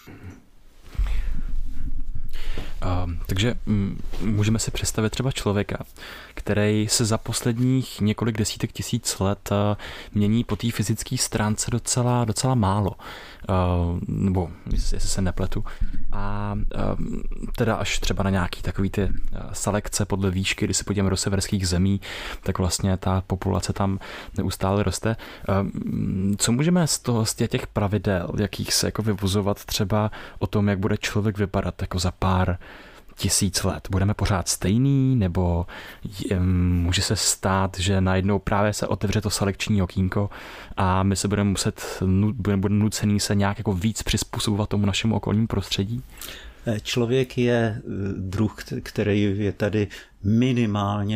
Uh, takže m, můžeme si představit třeba člověka, který se za posledních několik desítek tisíc let uh, mění po té fyzické stránce docela, docela málo. Uh, nebo jestli se nepletu. A uh, teda až třeba na nějaký takový ty uh, selekce podle výšky, když se podíváme do severských zemí, tak vlastně ta populace tam neustále roste. Uh, co můžeme z toho, z těch pravidel, jakých se jako vyvozovat třeba o tom, jak bude člověk vypadat jako za pár tisíc let? Budeme pořád stejný, nebo může se stát, že najednou právě se otevře to selekční okýnko a my se budeme muset, budeme nucený se nějak jako víc přizpůsobovat tomu našemu okolnímu prostředí? Člověk je druh, který je tady minimálně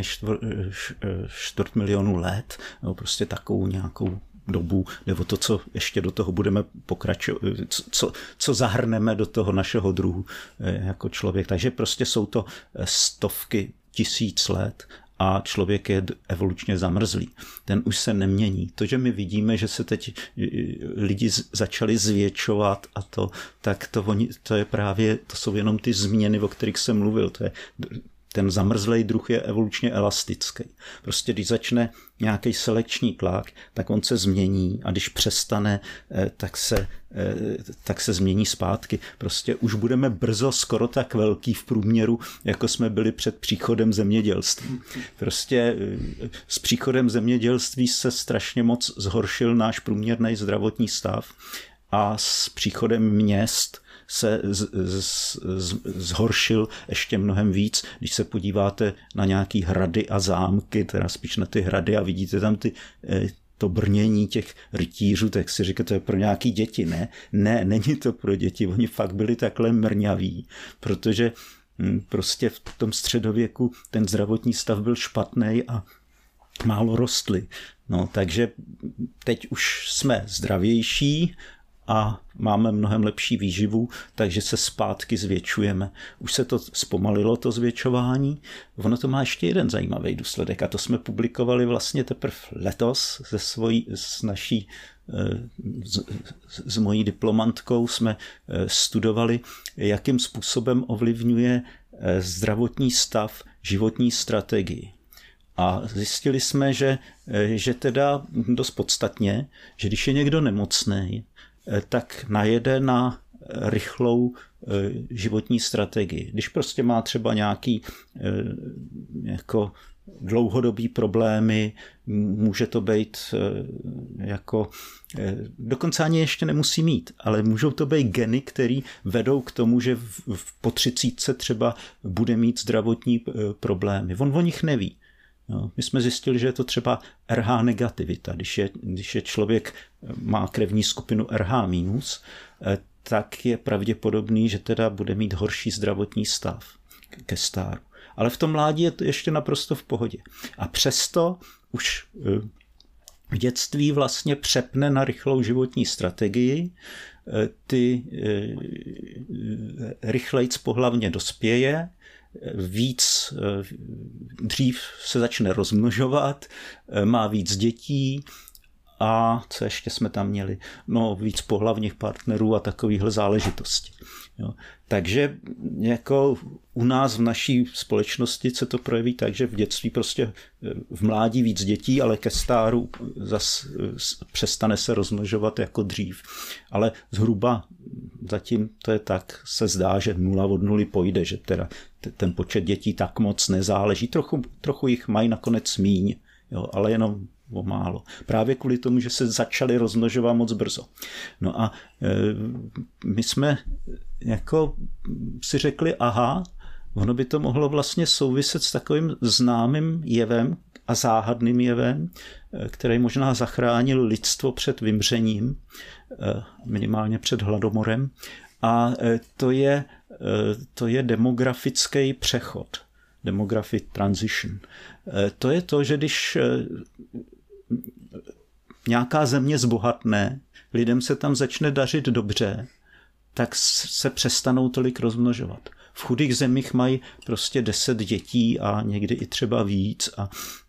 čtvrt milionu let, nebo prostě takovou nějakou dobu, nebo to, co ještě do toho budeme pokračovat, co, co zahrneme do toho našeho druhu jako člověk. Takže prostě jsou to stovky tisíc let a člověk je evolučně zamrzlý. Ten už se nemění. To, že my vidíme, že se teď lidi začali zvětšovat a to, tak to, oni, to je právě, to jsou jenom ty změny, o kterých jsem mluvil. To je, ten zamrzlej druh je evolučně elastický. Prostě když začne nějaký selekční tlak, tak on se změní a když přestane, tak se, tak se změní zpátky. Prostě už budeme brzo skoro tak velký v průměru, jako jsme byli před příchodem zemědělství. Prostě s příchodem zemědělství se strašně moc zhoršil náš průměrný zdravotní stav a s příchodem měst se z, z, z, zhoršil ještě mnohem víc. Když se podíváte na nějaký hrady a zámky, teda spíš na ty hrady a vidíte tam ty, to brnění těch rytířů, tak si říkáte, to je pro nějaký děti. Ne, ne, není to pro děti. Oni fakt byli takhle mrňaví, protože prostě v tom středověku ten zdravotní stav byl špatný a málo rostli. No, takže teď už jsme zdravější a máme mnohem lepší výživu, takže se zpátky zvětšujeme. Už se to zpomalilo, to zvětšování. Ono to má ještě jeden zajímavý důsledek a to jsme publikovali vlastně teprve letos se svojí, s naší, s, s mojí diplomantkou jsme studovali, jakým způsobem ovlivňuje zdravotní stav životní strategii. A zjistili jsme, že, že teda dost podstatně, že když je někdo nemocný, tak najede na rychlou životní strategii. Když prostě má třeba nějaký jako dlouhodobý problémy, může to být jako, dokonce ani ještě nemusí mít, ale můžou to být geny, které vedou k tomu, že v, v po třicítce třeba bude mít zdravotní problémy. On o nich neví. No, my jsme zjistili, že je to třeba R H negativita. Když je, když je člověk má krevní skupinu R H minus, tak je pravděpodobný, že teda bude mít horší zdravotní stav ke stáru. Ale v tom mládí je to ještě naprosto v pohodě. A přesto už v dětství vlastně přepne na rychlou životní strategii, ty rychlejc pohlavně dospěje, víc, dřív se začne rozmnožovat, má víc dětí a co ještě jsme tam měli? No víc pohlavních partnerů a takovýchhle záležitostí. Jo. Takže jako u nás v naší společnosti se to projeví tak, že v dětství prostě v mládí víc dětí, ale ke stáru zas přestane se rozmnožovat jako dřív. Ale zhruba zatím to je tak, se zdá, že nula od nuly pojde, že teda ten počet dětí tak moc nezáleží. Trochu, trochu jich mají nakonec míň, jo, ale jenom o málo. Právě kvůli tomu, že se začaly rozmnožovat moc brzo. No a e, my jsme jako si řekli, aha, ono by to mohlo vlastně souviset s takovým známým jevem a záhadným jevem, který možná zachránil lidstvo před vymřením, minimálně před hladomorem, a to je, to je demografický přechod. Demographic transition. To je to, že když nějaká země zbohatne, lidem se tam začne dařit dobře, tak se přestanou tolik rozmnožovat. V chudých zemích mají prostě deset dětí a někdy i třeba víc a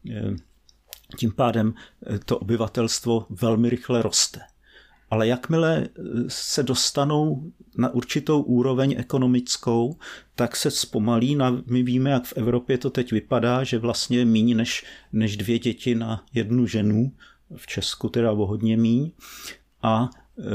tím pádem to obyvatelstvo velmi rychle roste. Ale jakmile se dostanou na určitou úroveň ekonomickou, tak se zpomalí. My víme, jak v Evropě to teď vypadá, že vlastně je míň než, než dvě děti na jednu ženu, v Česku teda o hodně míň. A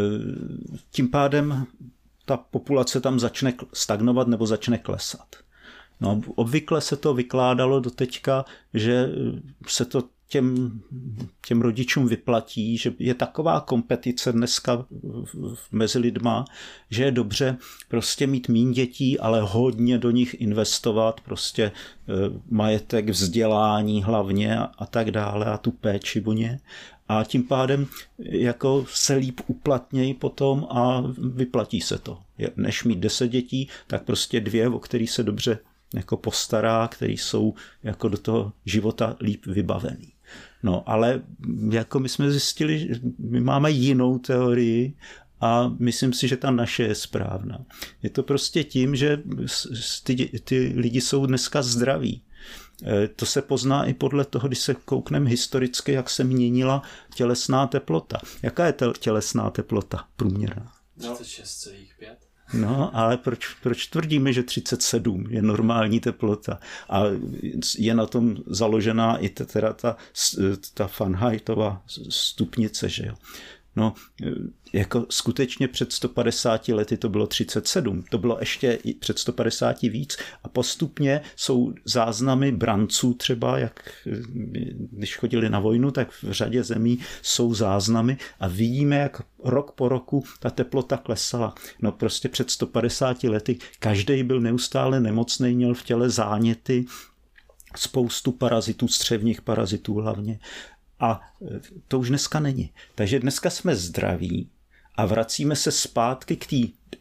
tím pádem ta populace tam začne stagnovat nebo začne klesat. No, obvykle se to vykládalo do teďka, že se to těm, těm rodičům vyplatí, že je taková kompetice dneska mezi lidma, že je dobře prostě mít míň dětí, ale hodně do nich investovat, prostě majetek, vzdělání hlavně a, a tak dále a tu péči o ně. A tím pádem jako se líp uplatnějí potom a vyplatí se to. Než mít deset dětí, tak prostě dvě, o který se dobře jako postará, který jsou jako do toho života líp vybavený. No, ale jako my jsme zjistili, že my máme jinou teorii a myslím si, že ta naše je správná. Je to prostě tím, že ty, ty lidi jsou dneska zdraví. To se pozná i podle toho, když se koukneme historicky, jak se měnila tělesná teplota. Jaká je tělesná teplota průměrná? třicet šest celá pět. No, ale proč, proč tvrdíme, že třicet sedm je normální teplota? A je na tom založená i teda ta, ta Fahrenheitová stupnice, že jo? No, jako skutečně před sto padesáti lety to bylo třicet sedm, to bylo ještě i před sto padesáti víc a postupně jsou záznamy branců třeba, jak když chodili na vojnu, tak v řadě zemí jsou záznamy a vidíme, jak rok po roku ta teplota klesala. No prostě před sto padesáti lety každý byl neustále nemocný, měl v těle záněty, spoustu parazitů, střevních parazitů hlavně. A to už dneska není. Takže dneska jsme zdraví a vracíme se zpátky k té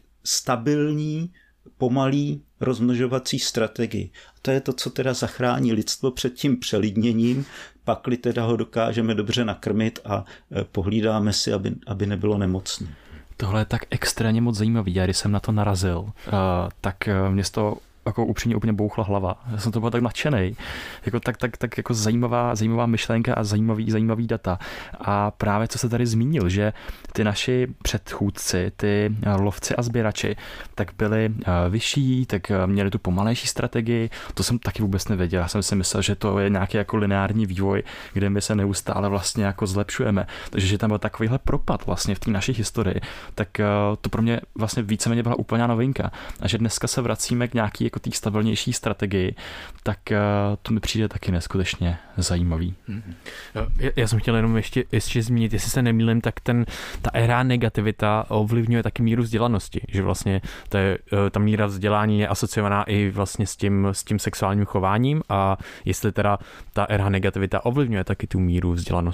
stabilní, pomalý rozmnožovací strategii. To je to, co teda zachrání lidstvo před tím přelidněním, pakli teda ho dokážeme dobře nakrmit a pohlídáme si, aby, aby nebylo nemocné. Tohle je tak extrémně moc zajímavý. Já když jsem na to narazil, tak mě z toho jako upřímně úplně bouchla hlava. Já jsem to byl tak nadšenej. Jako tak, tak, tak jako zajímavá, zajímavá myšlenka a zajímavý, zajímavý data. A právě co se tady zmínil, že ty naši předchůdci, ty lovci a sběrači, tak byli vyšší, tak měli tu pomalejší strategii. To jsem taky vůbec nevěděl. Já jsem si myslel, že to je nějaký jako lineární vývoj, kde my se neustále vlastně jako zlepšujeme. Takže že tam byl takovýhle propad vlastně v té naší historii, tak to pro mě vlastně víceméně byla úplná novinka. A že dneska se vracíme k nějaký jako té stabilnější strategii, tak to mi přijde taky neskutečně zajímavý. Já, já jsem chtěl jenom ještě, ještě zmínit, jestli se nemýlím, tak ten, ta éra negativita ovlivňuje taky míru vzdělanosti, že vlastně ta, ta míra vzdělání je asociovaná i vlastně s tím, s tím sexuálním chováním a jestli teda ta éra negativita ovlivňuje taky tu míru vzdělanosti.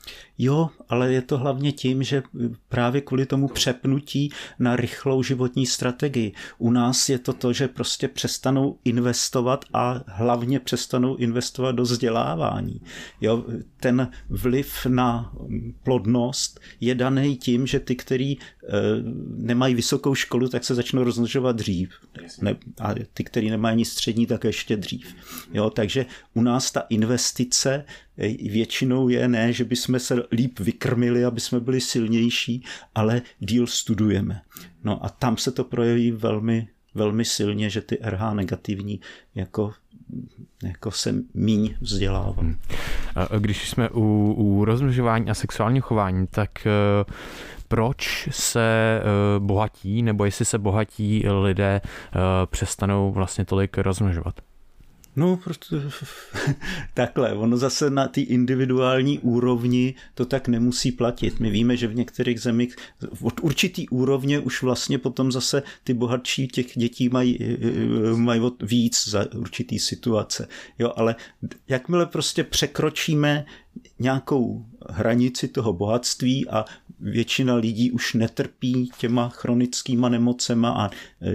Jo, ale je to hlavně tím, že právě kvůli tomu přepnutí na rychlou životní strategii. U nás je to to, že prostě přestanou investovat a hlavně přestanou investovat do vzdělávání. Jo, ten vliv na plodnost je daný tím, že ty, kteří e, nemají vysokou školu, tak se začnou rozmnožovat dřív. Ne, a ty, kteří nemají ani střední, tak ještě dřív. Jo, takže u nás ta investice většinou je ne, že bychom se líp vykrmili, aby jsme byli silnější, ale díl studujeme. No a tam se to projeví velmi, velmi silně, že ty R H negativní jako, jako se míň vzdělávají. Hmm. Když jsme u, u rozmnožování a sexuálního chování, tak uh, proč se uh, bohatí, nebo jestli se bohatí lidé uh, přestanou vlastně tolik rozmnožovat? No, protože takhle, ono zase na té individuální úrovni to tak nemusí platit. My víme, že v některých zemích od určitý úrovně už vlastně potom zase ty bohatší těch dětí mají, mají víc za určitý situace. Jo, ale jakmile prostě překročíme nějakou hranici toho bohatství a většina lidí už netrpí těma chronickýma nemocema a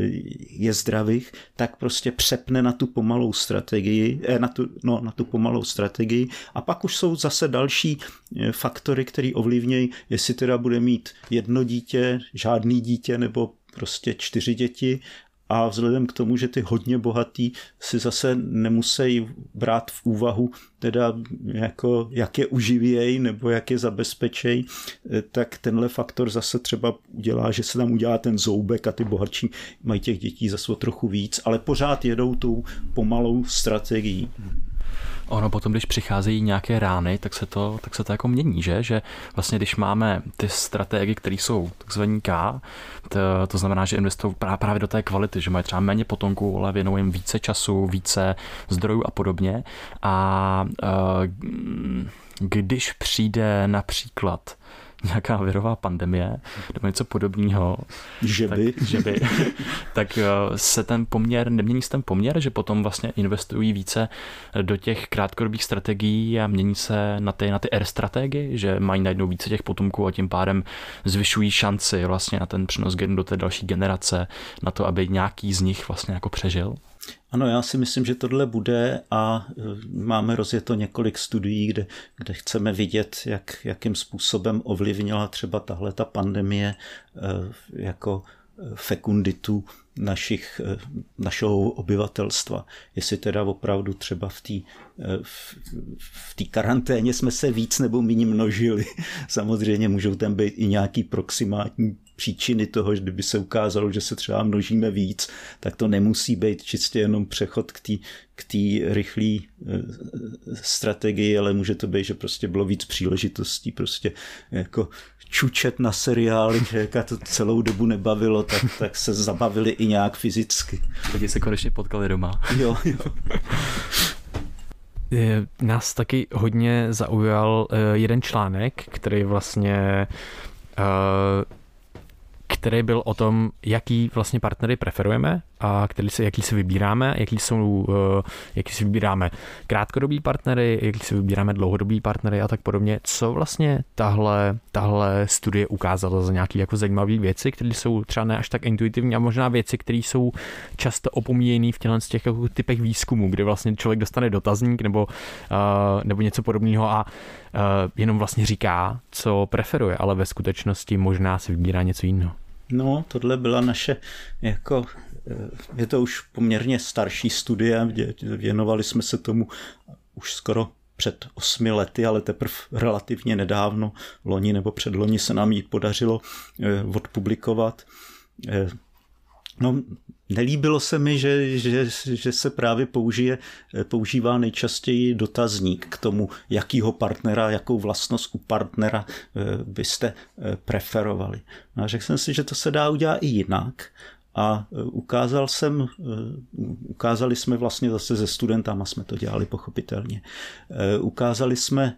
je zdravých, tak prostě přepne na tu pomalou strategii, na tu, no, na tu pomalou strategii a pak už jsou zase další faktory, které ovlivňují, jestli teda bude mít jedno dítě, žádný dítě nebo prostě čtyři děti. A vzhledem k tomu, že ty hodně bohatý si zase nemusí brát v úvahu, teda jako, jak je uživějí nebo jak je zabezpečejí, tak tenhle faktor zase třeba udělá, že se tam udělá ten zoubek a ty bohatší mají těch dětí zase o trochu víc, ale pořád jedou tou pomalou strategií. Ono potom, když přicházejí nějaké rány, tak se to, tak se to jako mění, že? Že vlastně když máme ty strategie, které jsou takzvaný K, to, to znamená, že investují právě do té kvality, že mají třeba méně potomků, ale věnují jim více času, více zdrojů a podobně. A když přijde například nějaká virová pandemie nebo něco podobného, že by, tak, že by, tak se ten poměr, nemění se ten poměr, že potom vlastně investují více do těch krátkodobých strategií a mění se na ty, na ty R strategie, že mají najednou více těch potomků a tím pádem zvyšují šanci vlastně na ten přenos genu do té další generace, na to, aby nějaký z nich vlastně jako přežil. Ano, já si myslím, že tohle bude a máme rozjeto několik studií, kde, kde chceme vidět, jak, jakým způsobem ovlivnila třeba tahle ta pandemie jako fekunditu našich, našeho obyvatelstva. Jestli teda opravdu třeba v té v, v té karanténě jsme se víc nebo méně množili. Samozřejmě můžou tam být i nějaký proximátní příčiny toho, že kdyby se ukázalo, že se třeba množíme víc, tak to nemusí být čistě jenom přechod k té k té rychlé strategii, ale může to být, že prostě bylo víc příležitostí prostě jako čučet na seriály, že jaká to celou dobu nebavilo, tak, tak se zabavili i nějak fyzicky. Lidi se konečně potkali doma. Jo, jo. Nás taky hodně zaujal jeden článek, který vlastně který byl o tom, jaký vlastně partnery preferujeme a který si, jaký si vybíráme, jaký jsou, jaký si vybíráme krátkodobý partnery, jaký si vybíráme dlouhodobý partnery a tak podobně. Co vlastně tahle, tahle studie ukázala za nějaké jako zajímavé věci, které jsou třeba ne až tak intuitivní a možná věci, které jsou často opomíjené v těchto z těch jako typech výzkumů, kde vlastně člověk dostane dotazník nebo, uh, nebo něco podobného a uh, jenom vlastně říká, co preferuje, ale ve skutečnosti možná si vybírá něco jiného. No, tohle byla naše, jako, je to už poměrně starší studie, věnovali jsme se tomu už skoro před osmi lety, ale teprve relativně nedávno, loni nebo předloni se nám ji podařilo odpublikovat. No, nelíbilo se mi, že, že, že se právě použije, používá nejčastěji dotazník k tomu, jakýho partnera, jakou vlastnost u partnera byste preferovali. No a řekl jsem si, že to se dá udělat i jinak. A ukázal jsem, ukázali jsme vlastně zase se studentama, jsme to dělali pochopitelně. Ukázali jsme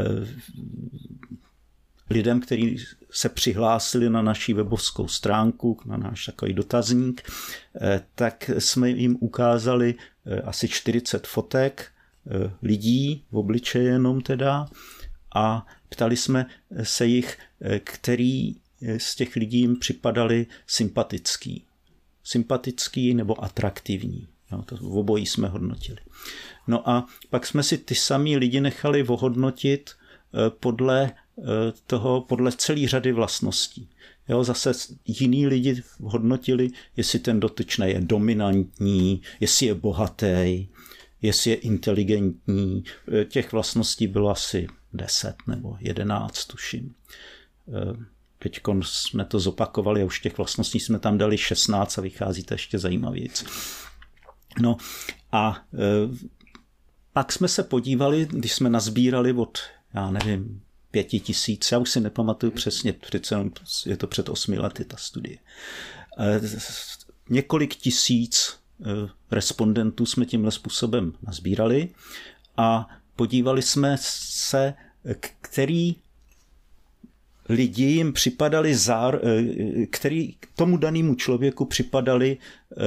lidem, kteří se přihlásili na naši webovskou stránku, na náš takový dotazník, tak jsme jim ukázali asi čtyřicet fotek lidí v obličeji jenom teda a ptali jsme se jich, který z těch lidí jim připadali sympatický. Sympatický nebo atraktivní. No, to v obojí jsme hodnotili. No a pak jsme si ty samý lidi nechali ohodnotit podle toho, podle celé řady vlastností. Jo, zase jiní lidi hodnotili, jestli ten dotyčný je dominantní, jestli je bohatý, jestli je inteligentní. Těch vlastností bylo asi deset nebo jedenáct, tuším. Teď jsme to zopakovali a už těch vlastností jsme tam dali šestnáct a vychází to ještě zajímavějc. No a e, pak jsme se podívali, když jsme nazbírali od, já nevím, pěti tisíc, já už si nepamatuju přesně, přece je to před osmi lety ta studie. E, několik tisíc e, respondentů jsme tímhle způsobem nazbírali a podívali jsme se, který lidi jim připadali, zár, který tomu danému člověku připadali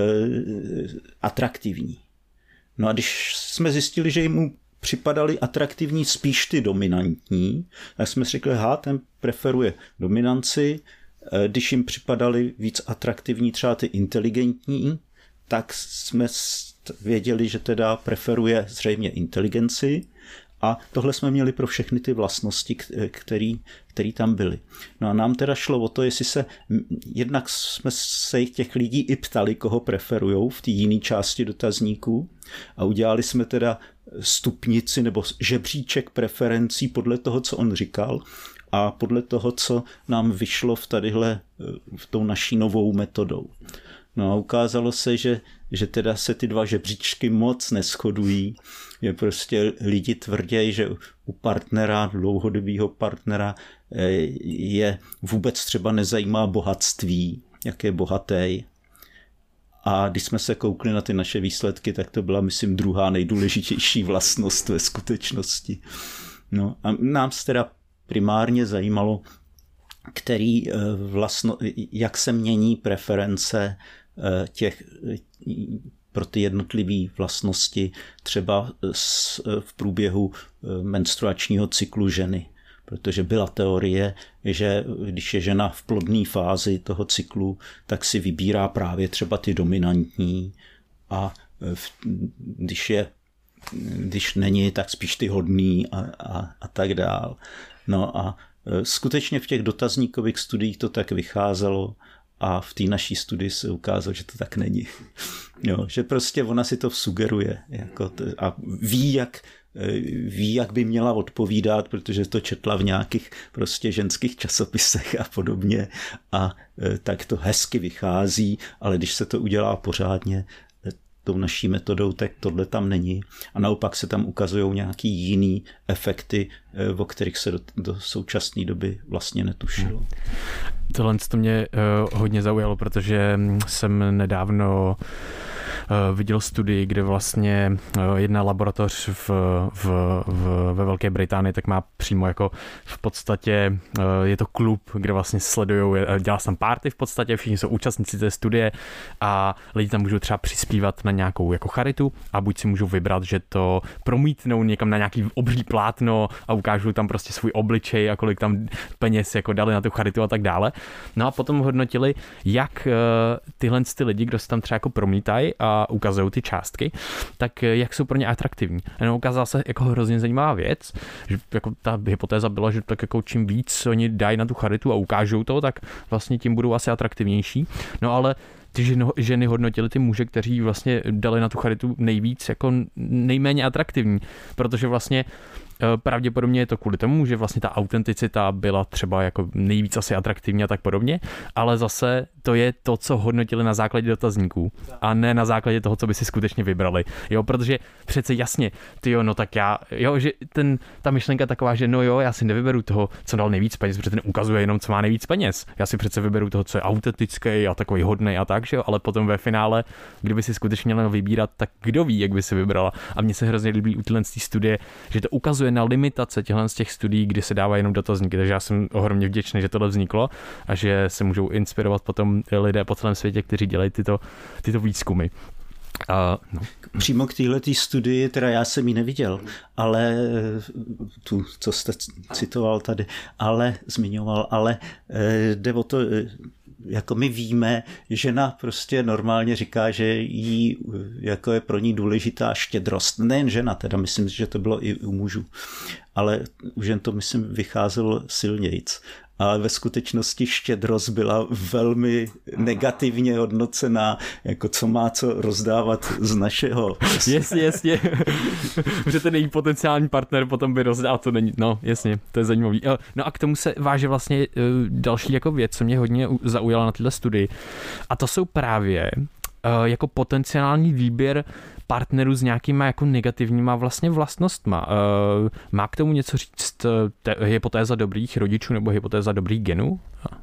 atraktivní. No a když jsme zjistili, že jim připadali atraktivní spíš ty dominantní, tak jsme si řekli, ha, ten preferuje dominanci, když jim připadali víc atraktivní třeba ty inteligentní, tak jsme věděli, že teda preferuje zřejmě inteligenci. A tohle jsme měli pro všechny ty vlastnosti, který, který tam byly. No a nám teda šlo o to, jestli se, jednak jsme se těch lidí i ptali, koho preferujou v té jiné části dotazníku a udělali jsme teda stupnici nebo žebříček preferencí podle toho, co on říkal a podle toho, co nám vyšlo v tadyhle, v tou naší novou metodou. No a ukázalo se, že, že teda se ty dva žebříčky moc neshodují. Je prostě lidi tvrdějí, že u partnera, dlouhodobého partnera je vůbec třeba nezajímá bohatství, jak je bohatý. A když jsme se koukli na ty naše výsledky, tak to byla, myslím, druhá nejdůležitější vlastnost ve skutečnosti. No a nás teda primárně zajímalo, který vlastno, jak se mění preference těch pro ty jednotlivé vlastnosti třeba v průběhu menstruačního cyklu ženy. Protože byla teorie, že když je žena v plodné fázi toho cyklu, tak si vybírá právě třeba ty dominantní a když, je, když není, tak spíš ty hodný a, a, a tak dál. No a skutečně v těch dotazníkových studiích to tak vycházelo a v té naší studii se ukázalo, že to tak není. Jo, že prostě ona si to sugeruje jako to, a ví jak, ví, jak by měla odpovídat, protože to četla v nějakých prostě ženských časopisech a podobně a tak to hezky vychází, ale když se to udělá pořádně tou naší metodou, tak tohle tam není. A naopak se tam ukazují nějaký jiný efekty, o kterých se do, do současné doby vlastně netušilo. Tohle to mě uh, hodně zaujalo, protože jsem nedávno uh, viděl studii, kde vlastně uh, jedna laboratoř v, v, v, ve Velké Británii tak má přímo jako v podstatě, uh, je to klub, kde vlastně sledujou, dělá se tam party v podstatě, všichni jsou účastníci té studie a lidi tam můžou třeba přispívat na nějakou jako charitu a buď si můžou vybrat, že to promítnou někam na nějaký obří plátno a ukážou tam prostě svůj obličej a kolik tam peněz jako dali na tu charitu a tak dále. No a potom hodnotili, jak tyhle ty lidi, kdo se tam třeba jako promítají a ukazují ty částky, tak jak jsou pro ně atraktivní. No, ukázala se jako hrozně zajímavá věc, že jako ta hypotéza byla, že tak jako čím víc oni dají na tu charitu a ukážou to, tak vlastně tím budou asi atraktivnější. No ale ty ženy hodnotily ty muže, kteří vlastně dali na tu charitu nejvíc jako nejméně atraktivní, protože vlastně pravděpodobně je to kvůli tomu, že vlastně ta autenticita byla třeba jako nejvíc asi atraktivní a tak podobně, ale zase to je to, co hodnotili na základě dotazníků a ne na základě toho, co by si skutečně vybrali. Jo, protože přece jasně, ty jo, no tak já, jo, že ten, ta myšlenka taková, že no jo, já si nevyberu toho, co dal nejvíc peněz, protože ten ukazuje jenom, co má nejvíc peněz. Já si přece vyberu toho, co je autentický a takový hodnej a tak, že jo, ale potom ve finále, kdyby si skutečně měla vybírat, tak kdo ví, jak by si vybrala. A mně se hrozně líbí u téhle studie, že to ukazuje na limitace těchto z těch studií, kdy se dává jenom dotazníky. Takže já jsem ohromně vděčný, že tohle vzniklo a že se můžou inspirovat potom lidé po celém světě, kteří dělají tyto, tyto výzkumy. Uh, no. Přímo k téhletý studii, teda já jsem ji neviděl, ale tu, co jste citoval tady, ale zmiňoval, ale jde o to, jako my víme, žena prostě normálně říká, že jí, jako je pro ní důležitá štědrost. Nejen žena, teda myslím, že to bylo i u mužů, ale u žen to myslím vycházelo silnějc. Ale ve skutečnosti štědrost byla velmi negativně hodnocená, jako co má co rozdávat z našeho. Jasně, jasně. Že ten její potenciální partner potom by rozdál, to není, no jasně, to je zajímavý. No a k tomu se váže vlastně další jako věc, co mě hodně zaujala na této studii. A to jsou právě jako potenciální výběr partnerů s nějakýma jako negativníma vlastně vlastnostma. Má k tomu něco říct te, hypotéza dobrých rodičů nebo hypotéza dobrých genů?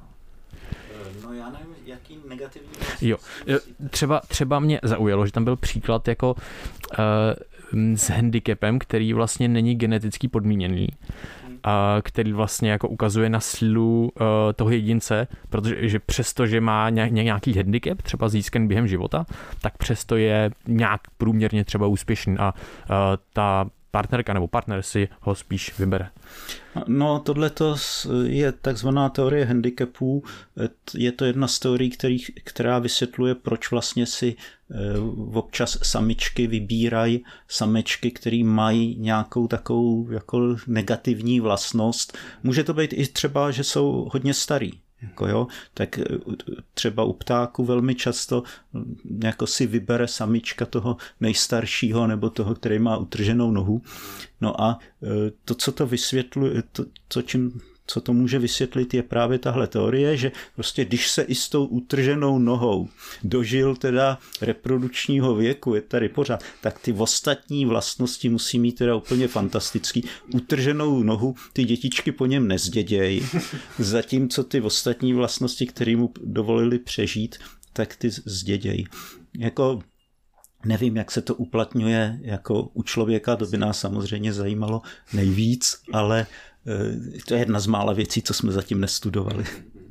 No já nevím, jaký negativní Jo, třeba, třeba mě zaujalo, že tam byl příklad jako uh, s handicapem, který vlastně není geneticky podmíněný, a který vlastně jako ukazuje na sílu uh, toho jedince, protože že přesto, že má nějaký handicap, třeba získaný během života, tak přesto je nějak průměrně třeba úspěšný a uh, ta partnerka nebo partner si ho spíš vybere. No, tohleto je takzvaná teorie handicapů. Je to jedna z teorií, který, která vysvětluje, proč vlastně si občas samičky vybírají samečky, který mají nějakou takovou jako negativní vlastnost. Může to být i třeba, že jsou hodně starý. Jako jo, tak třeba u ptáků velmi často jako si vybere samička toho nejstaršího nebo toho, který má utrženou nohu. No a to, co to vysvětluje, to, to čím co to může vysvětlit, je právě tahle teorie, že prostě když se i s tou utrženou nohou dožil teda reprodukčního věku, je tady pořád, tak ty ostatní vlastnosti musí mít teda úplně fantastický. Utrženou nohu ty dětičky po něm nezdědějí, zatímco ty ostatní vlastnosti, které mu dovolili přežít, tak ty zdědějí. Jako nevím, jak se to uplatňuje jako u člověka, to by nás samozřejmě zajímalo nejvíc, ale to je jedna z mála věcí, co jsme zatím nestudovali.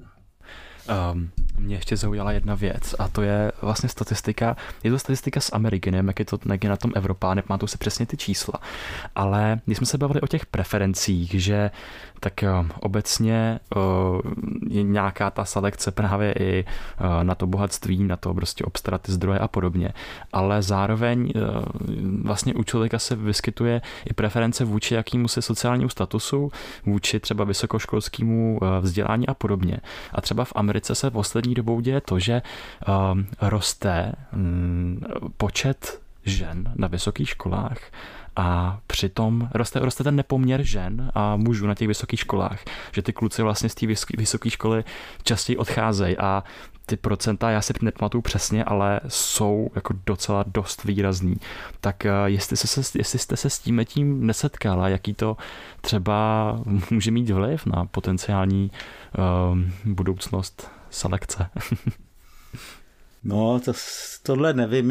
Um, mě ještě zaujala jedna věc a to je vlastně statistika, je to statistika z Ameriky, nevím, jak je to jak je na tom Evropa, nepamatuju si přesně ty čísla, ale když jsme se bavili o těch preferencích, že tak uh, obecně uh, je nějaká ta selekce právě i uh, na to bohatství, na to prostě obstarat ty zdroje a podobně, ale zároveň uh, vlastně u člověka se vyskytuje i preference vůči jakýmu se sociálnímu statusu, vůči třeba vysokoškolskému uh, vzdělání a podobně. A třeba v Americe se poslední dobou děje to, že um, roste um, počet žen na vysokých školách a přitom roste, roste ten nepoměr žen a mužů na těch vysokých školách, že ty kluci vlastně z té vysoké školy častěji odcházejí a ty procenta, já si nepamatuju přesně, ale jsou jako docela dost výrazný. Tak jestli, se, jestli jste se s tím tím nesetkala, jaký to třeba může mít vliv na potenciální um, budoucnost selekce? No, to, tohle nevím,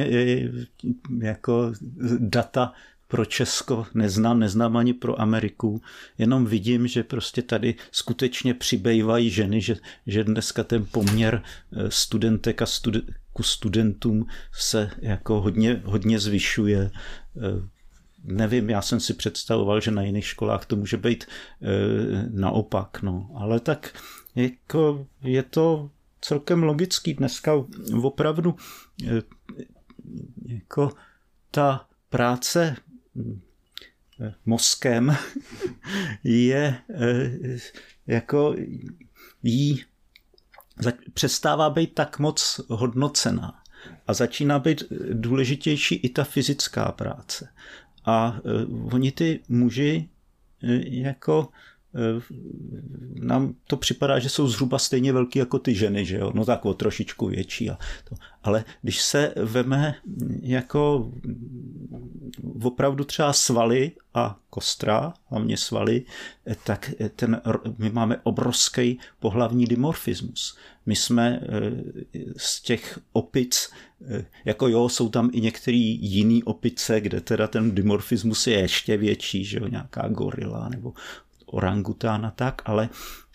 jako data pro Česko neznám, neznám ani pro Ameriku, jenom vidím, že prostě tady skutečně přibývají ženy, že, že dneska ten poměr studentek a studi- ku studentům se jako hodně, hodně zvyšuje. Nevím, já jsem si představoval, že na jiných školách to může být naopak, no, ale tak jako je to celkem logický. Dneska opravdu jako ta práce mozkem je jako jí přestává být tak moc hodnocená a začíná být důležitější i ta fyzická práce. A oni ty muži jako nám to připadá, že jsou zhruba stejně velký jako ty ženy, že jo? No tak o trošičku větší. A to. Ale když se veme jako opravdu třeba svaly a kostra, hlavně svaly, tak ten, my máme obrovský pohlavní dimorfismus. My jsme z těch opic, jako jo, jsou tam i některý jiný opice, kde teda ten dimorfismus je ještě větší, že jo, nějaká gorila nebo orangután a tak, ale,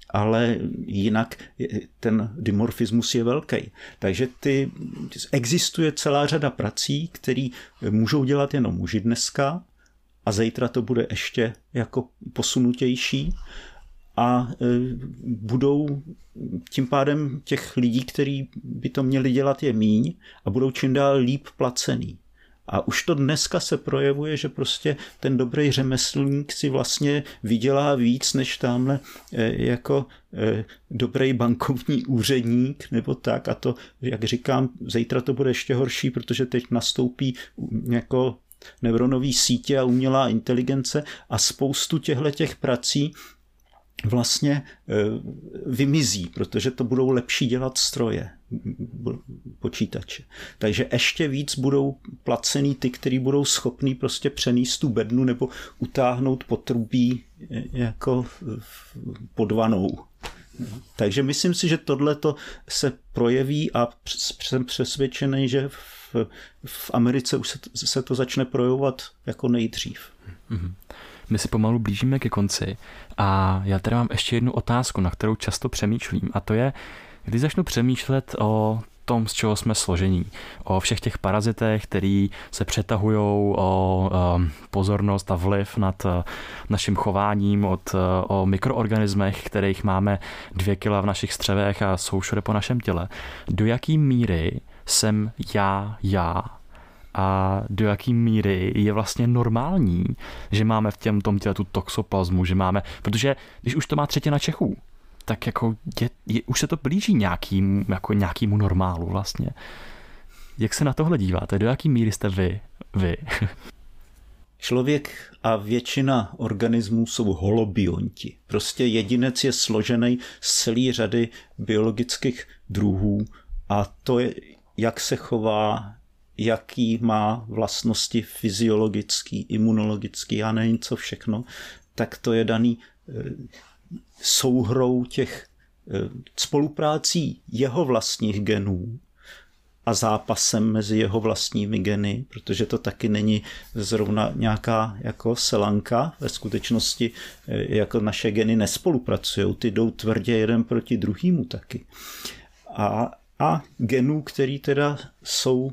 ale jinak ten dimorfismus je velký. Takže ty, existuje celá řada prací, které můžou dělat jenom muži dneska a zítra to bude ještě jako posunutější a budou tím pádem těch lidí, kteří by to měli dělat, je míň a budou čím dál líp placený. A už to dneska se projevuje, že prostě ten dobrý řemeslník si vlastně vydělá víc než tamhle jako dobrý bankovní úředník nebo tak. A to, jak říkám, zítra to bude ještě horší, protože teď nastoupí jako neuronové sítě a umělá inteligence a spoustu těchto těch prací vlastně vymizí, protože to budou lepší dělat stroje, počítače. Takže ještě víc budou placený ty, kteří budou schopní prostě přenést tu bednu nebo utáhnout potrubí jako pod vanou. Takže myslím si, že tohleto se projeví a jsem přesvědčený, že v, v Americe už se to, se to začne projevovat jako nejdřív. Mm-hmm. My se pomalu blížíme ke konci a já teda mám ještě jednu otázku, na kterou často přemýšlím, a to je, když začnu přemýšlet o tom, z čeho jsme složení, o všech těch parazitech, který se přetahujou o, o pozornost a vliv nad naším chováním, od, o mikroorganismech, kterých máme dvě kila v našich střevech a jsou všude po našem těle. Do jaký míry jsem já, já, a do jaký míry je vlastně normální, že máme v těm, tom těle tu toxoplazmu, že máme, protože když už to má třetina Čechů, tak jako je, je, už se to blíží nějakým, jako nějakému normálu vlastně. Jak se na tohle díváte? Do jaký míry jste vy? vy? Člověk a většina organismů jsou holobionti. Prostě jedinec je složený z celé řady biologických druhů a to je, jak se chová, jaký má vlastnosti fyziologický, imunologický, já nevím co všechno, tak to je daný souhrou těch spoluprácí jeho vlastních genů a zápasem mezi jeho vlastními geny, protože to taky není zrovna nějaká jako selanka. Ve skutečnosti jako naše geny nespolupracují, ty jdou tvrdě jeden proti druhému taky. A, a genů, který teda jsou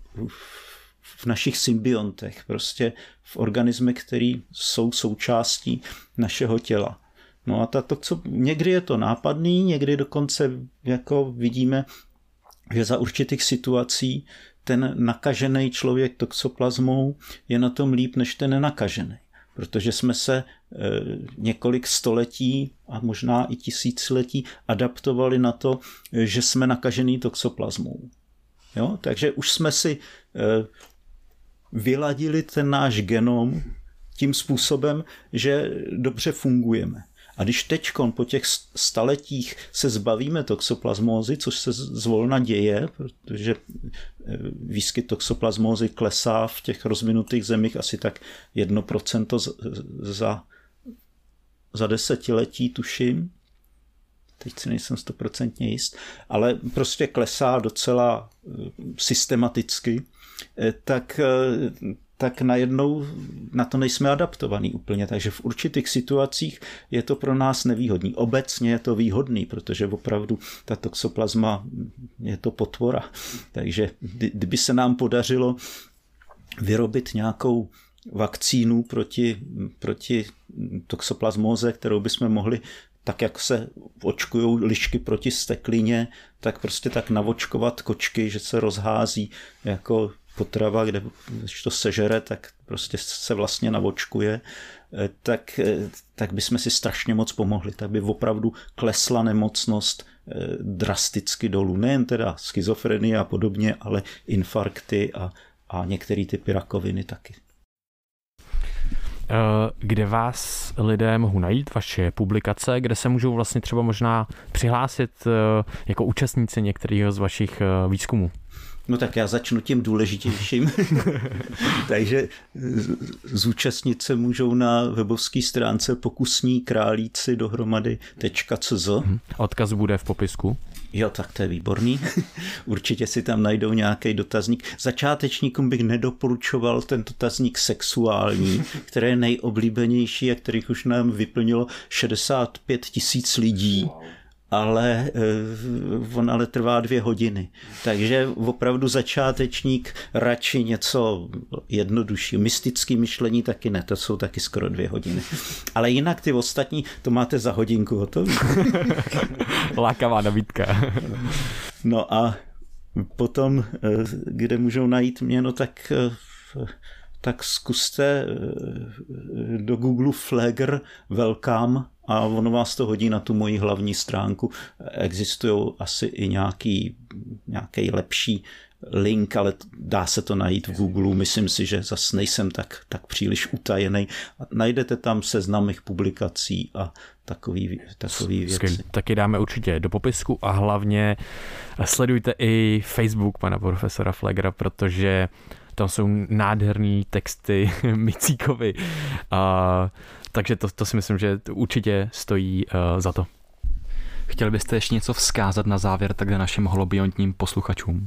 v našich symbiontech, prostě v organismech, které jsou součástí našeho těla. No a tato, co, někdy je to nápadný, někdy dokonce jako vidíme, že za určitých situací ten nakažený člověk toxoplazmou je na tom líp než ten nenakažený. Protože jsme se e, několik století a možná i tisíciletí adaptovali na to, že jsme nakažený toxoplazmou. Jo? Takže už jsme si e, vyladili ten náš genom tím způsobem, že dobře fungujeme. A když teďkon po těch staletích se zbavíme toxoplazmózy, což se zvolna děje, protože výskyt toxoplazmózy klesá v těch rozvinutých zemích asi tak jedno procento za, za desetiletí, tuším. Teď si nejsem stoprocentně jist, ale prostě klesá docela systematicky, tak tak najednou na to nejsme adaptovaní úplně, takže v určitých situacích je to pro nás nevýhodný. Obecně je to výhodný, protože opravdu ta toxoplazma je to potvora. Takže kdyby se nám podařilo vyrobit nějakou vakcínu proti, proti toxoplazmóze, kterou bychom mohli tak jak se očkují lišky proti steklině, tak prostě tak navočkovat kočky, že se rozhází jako potrava, kde když to sežere, tak prostě se vlastně navočkuje, tak, tak bychom si strašně moc pomohli. Tak by opravdu klesla nemocnost drasticky dolů. Nejen teda schizofrenie a podobně, ale infarkty a, a některé typy rakoviny taky. Kde vás lidé mohou najít, vaše publikace, kde se můžou vlastně třeba možná přihlásit jako účastníci některých z vašich výzkumů? No tak já začnu tím důležitějším. Takže zúčastnit se můžou na webovské stránce pokusní králíci dohromady tečka cz. Odkaz bude v popisku. Jo, tak to je výborný. Určitě si tam najdou nějaký dotazník. Začátečníkům bych nedoporučoval ten dotazník sexuální, který je nejoblíbenější a kterých už nám vyplnilo šedesát pět tisíc lidí. Ale on ale trvá dvě hodiny. Takže opravdu začátečník radši něco jednodušší. Mystické myšlení taky ne, to jsou taky skoro dvě hodiny. Ale jinak ty ostatní, to máte za hodinku hotový. Lákavá nabídka. No a potom, kde můžou najít mě, no tak... tak zkuste do Google Flegr welcome a ono vás to hodí na tu moji hlavní stránku. Existují asi i nějaký, nějaký lepší link, ale dá se to najít v Google. Myslím si, že zase nejsem tak, tak příliš utajený. Najdete tam seznam mých publikací a takový, takový věci. Skvělý. Taky dáme určitě do popisku a hlavně sledujte i Facebook pana profesora Flegra, protože tam jsou nádherný texty Micíkovi. A, takže to, to si myslím, že určitě stojí uh, za to. Chtěli byste ještě něco vzkázat na závěr takhle našim holobiontním posluchačům?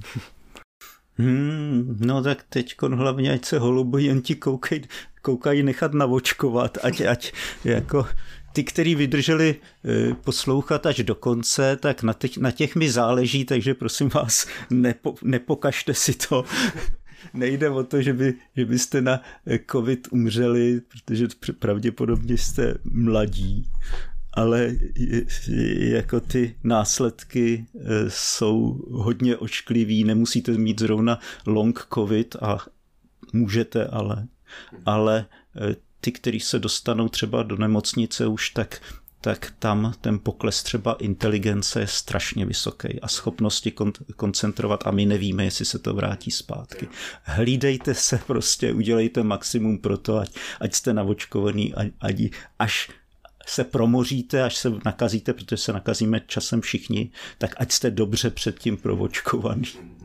Hmm, no tak teďkon hlavně, ať se holobionti koukají, koukají nechat navočkovat, ať, ať jako... Ty, kteří vydrželi poslouchat až do konce, tak na těch, na těch mi záleží, takže prosím vás, nepo, nepokažte si to. Nejde o to, že, by, že byste na covid umřeli, protože pravděpodobně jste mladí, ale jako ty následky jsou hodně ošklivý, nemusíte mít zrovna long covid a můžete, ale, ale ty, kteří se dostanou třeba do nemocnice už, tak tak tam ten pokles třeba inteligence je strašně vysoký a schopnosti kon- koncentrovat a my nevíme, jestli se to vrátí zpátky. Hlídejte se prostě, udělejte maximum pro to, ať, ať jste navočkovaný, ať, až se promoříte, až se nakazíte, protože se nakazíme časem všichni, tak ať jste dobře předtím provočkovaný.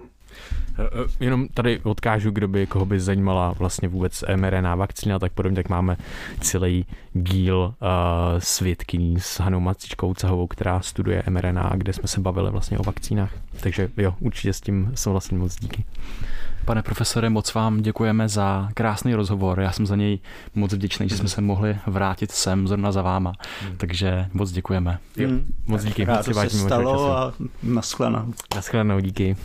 Jenom tady odkážu, kdo by, koho by zajímala vlastně vůbec em er en á vakcína, tak podobně, tak máme celý díl uh, s vědkyní s Hanou Macíčkou Cahovou, která studuje em er en á, kde jsme se bavili vlastně o vakcínách. Takže jo, určitě s tím souhlasím, moc díky. Pane profesore, moc vám děkujeme za krásný rozhovor. Já jsem za něj moc vděčný, že jsme se mohli vrátit sem zrovna za váma. Hmm. Takže moc děkujeme. Jo, hmm. Moc díky. Rád se stalo a naschledanou. Naschledanou, díky.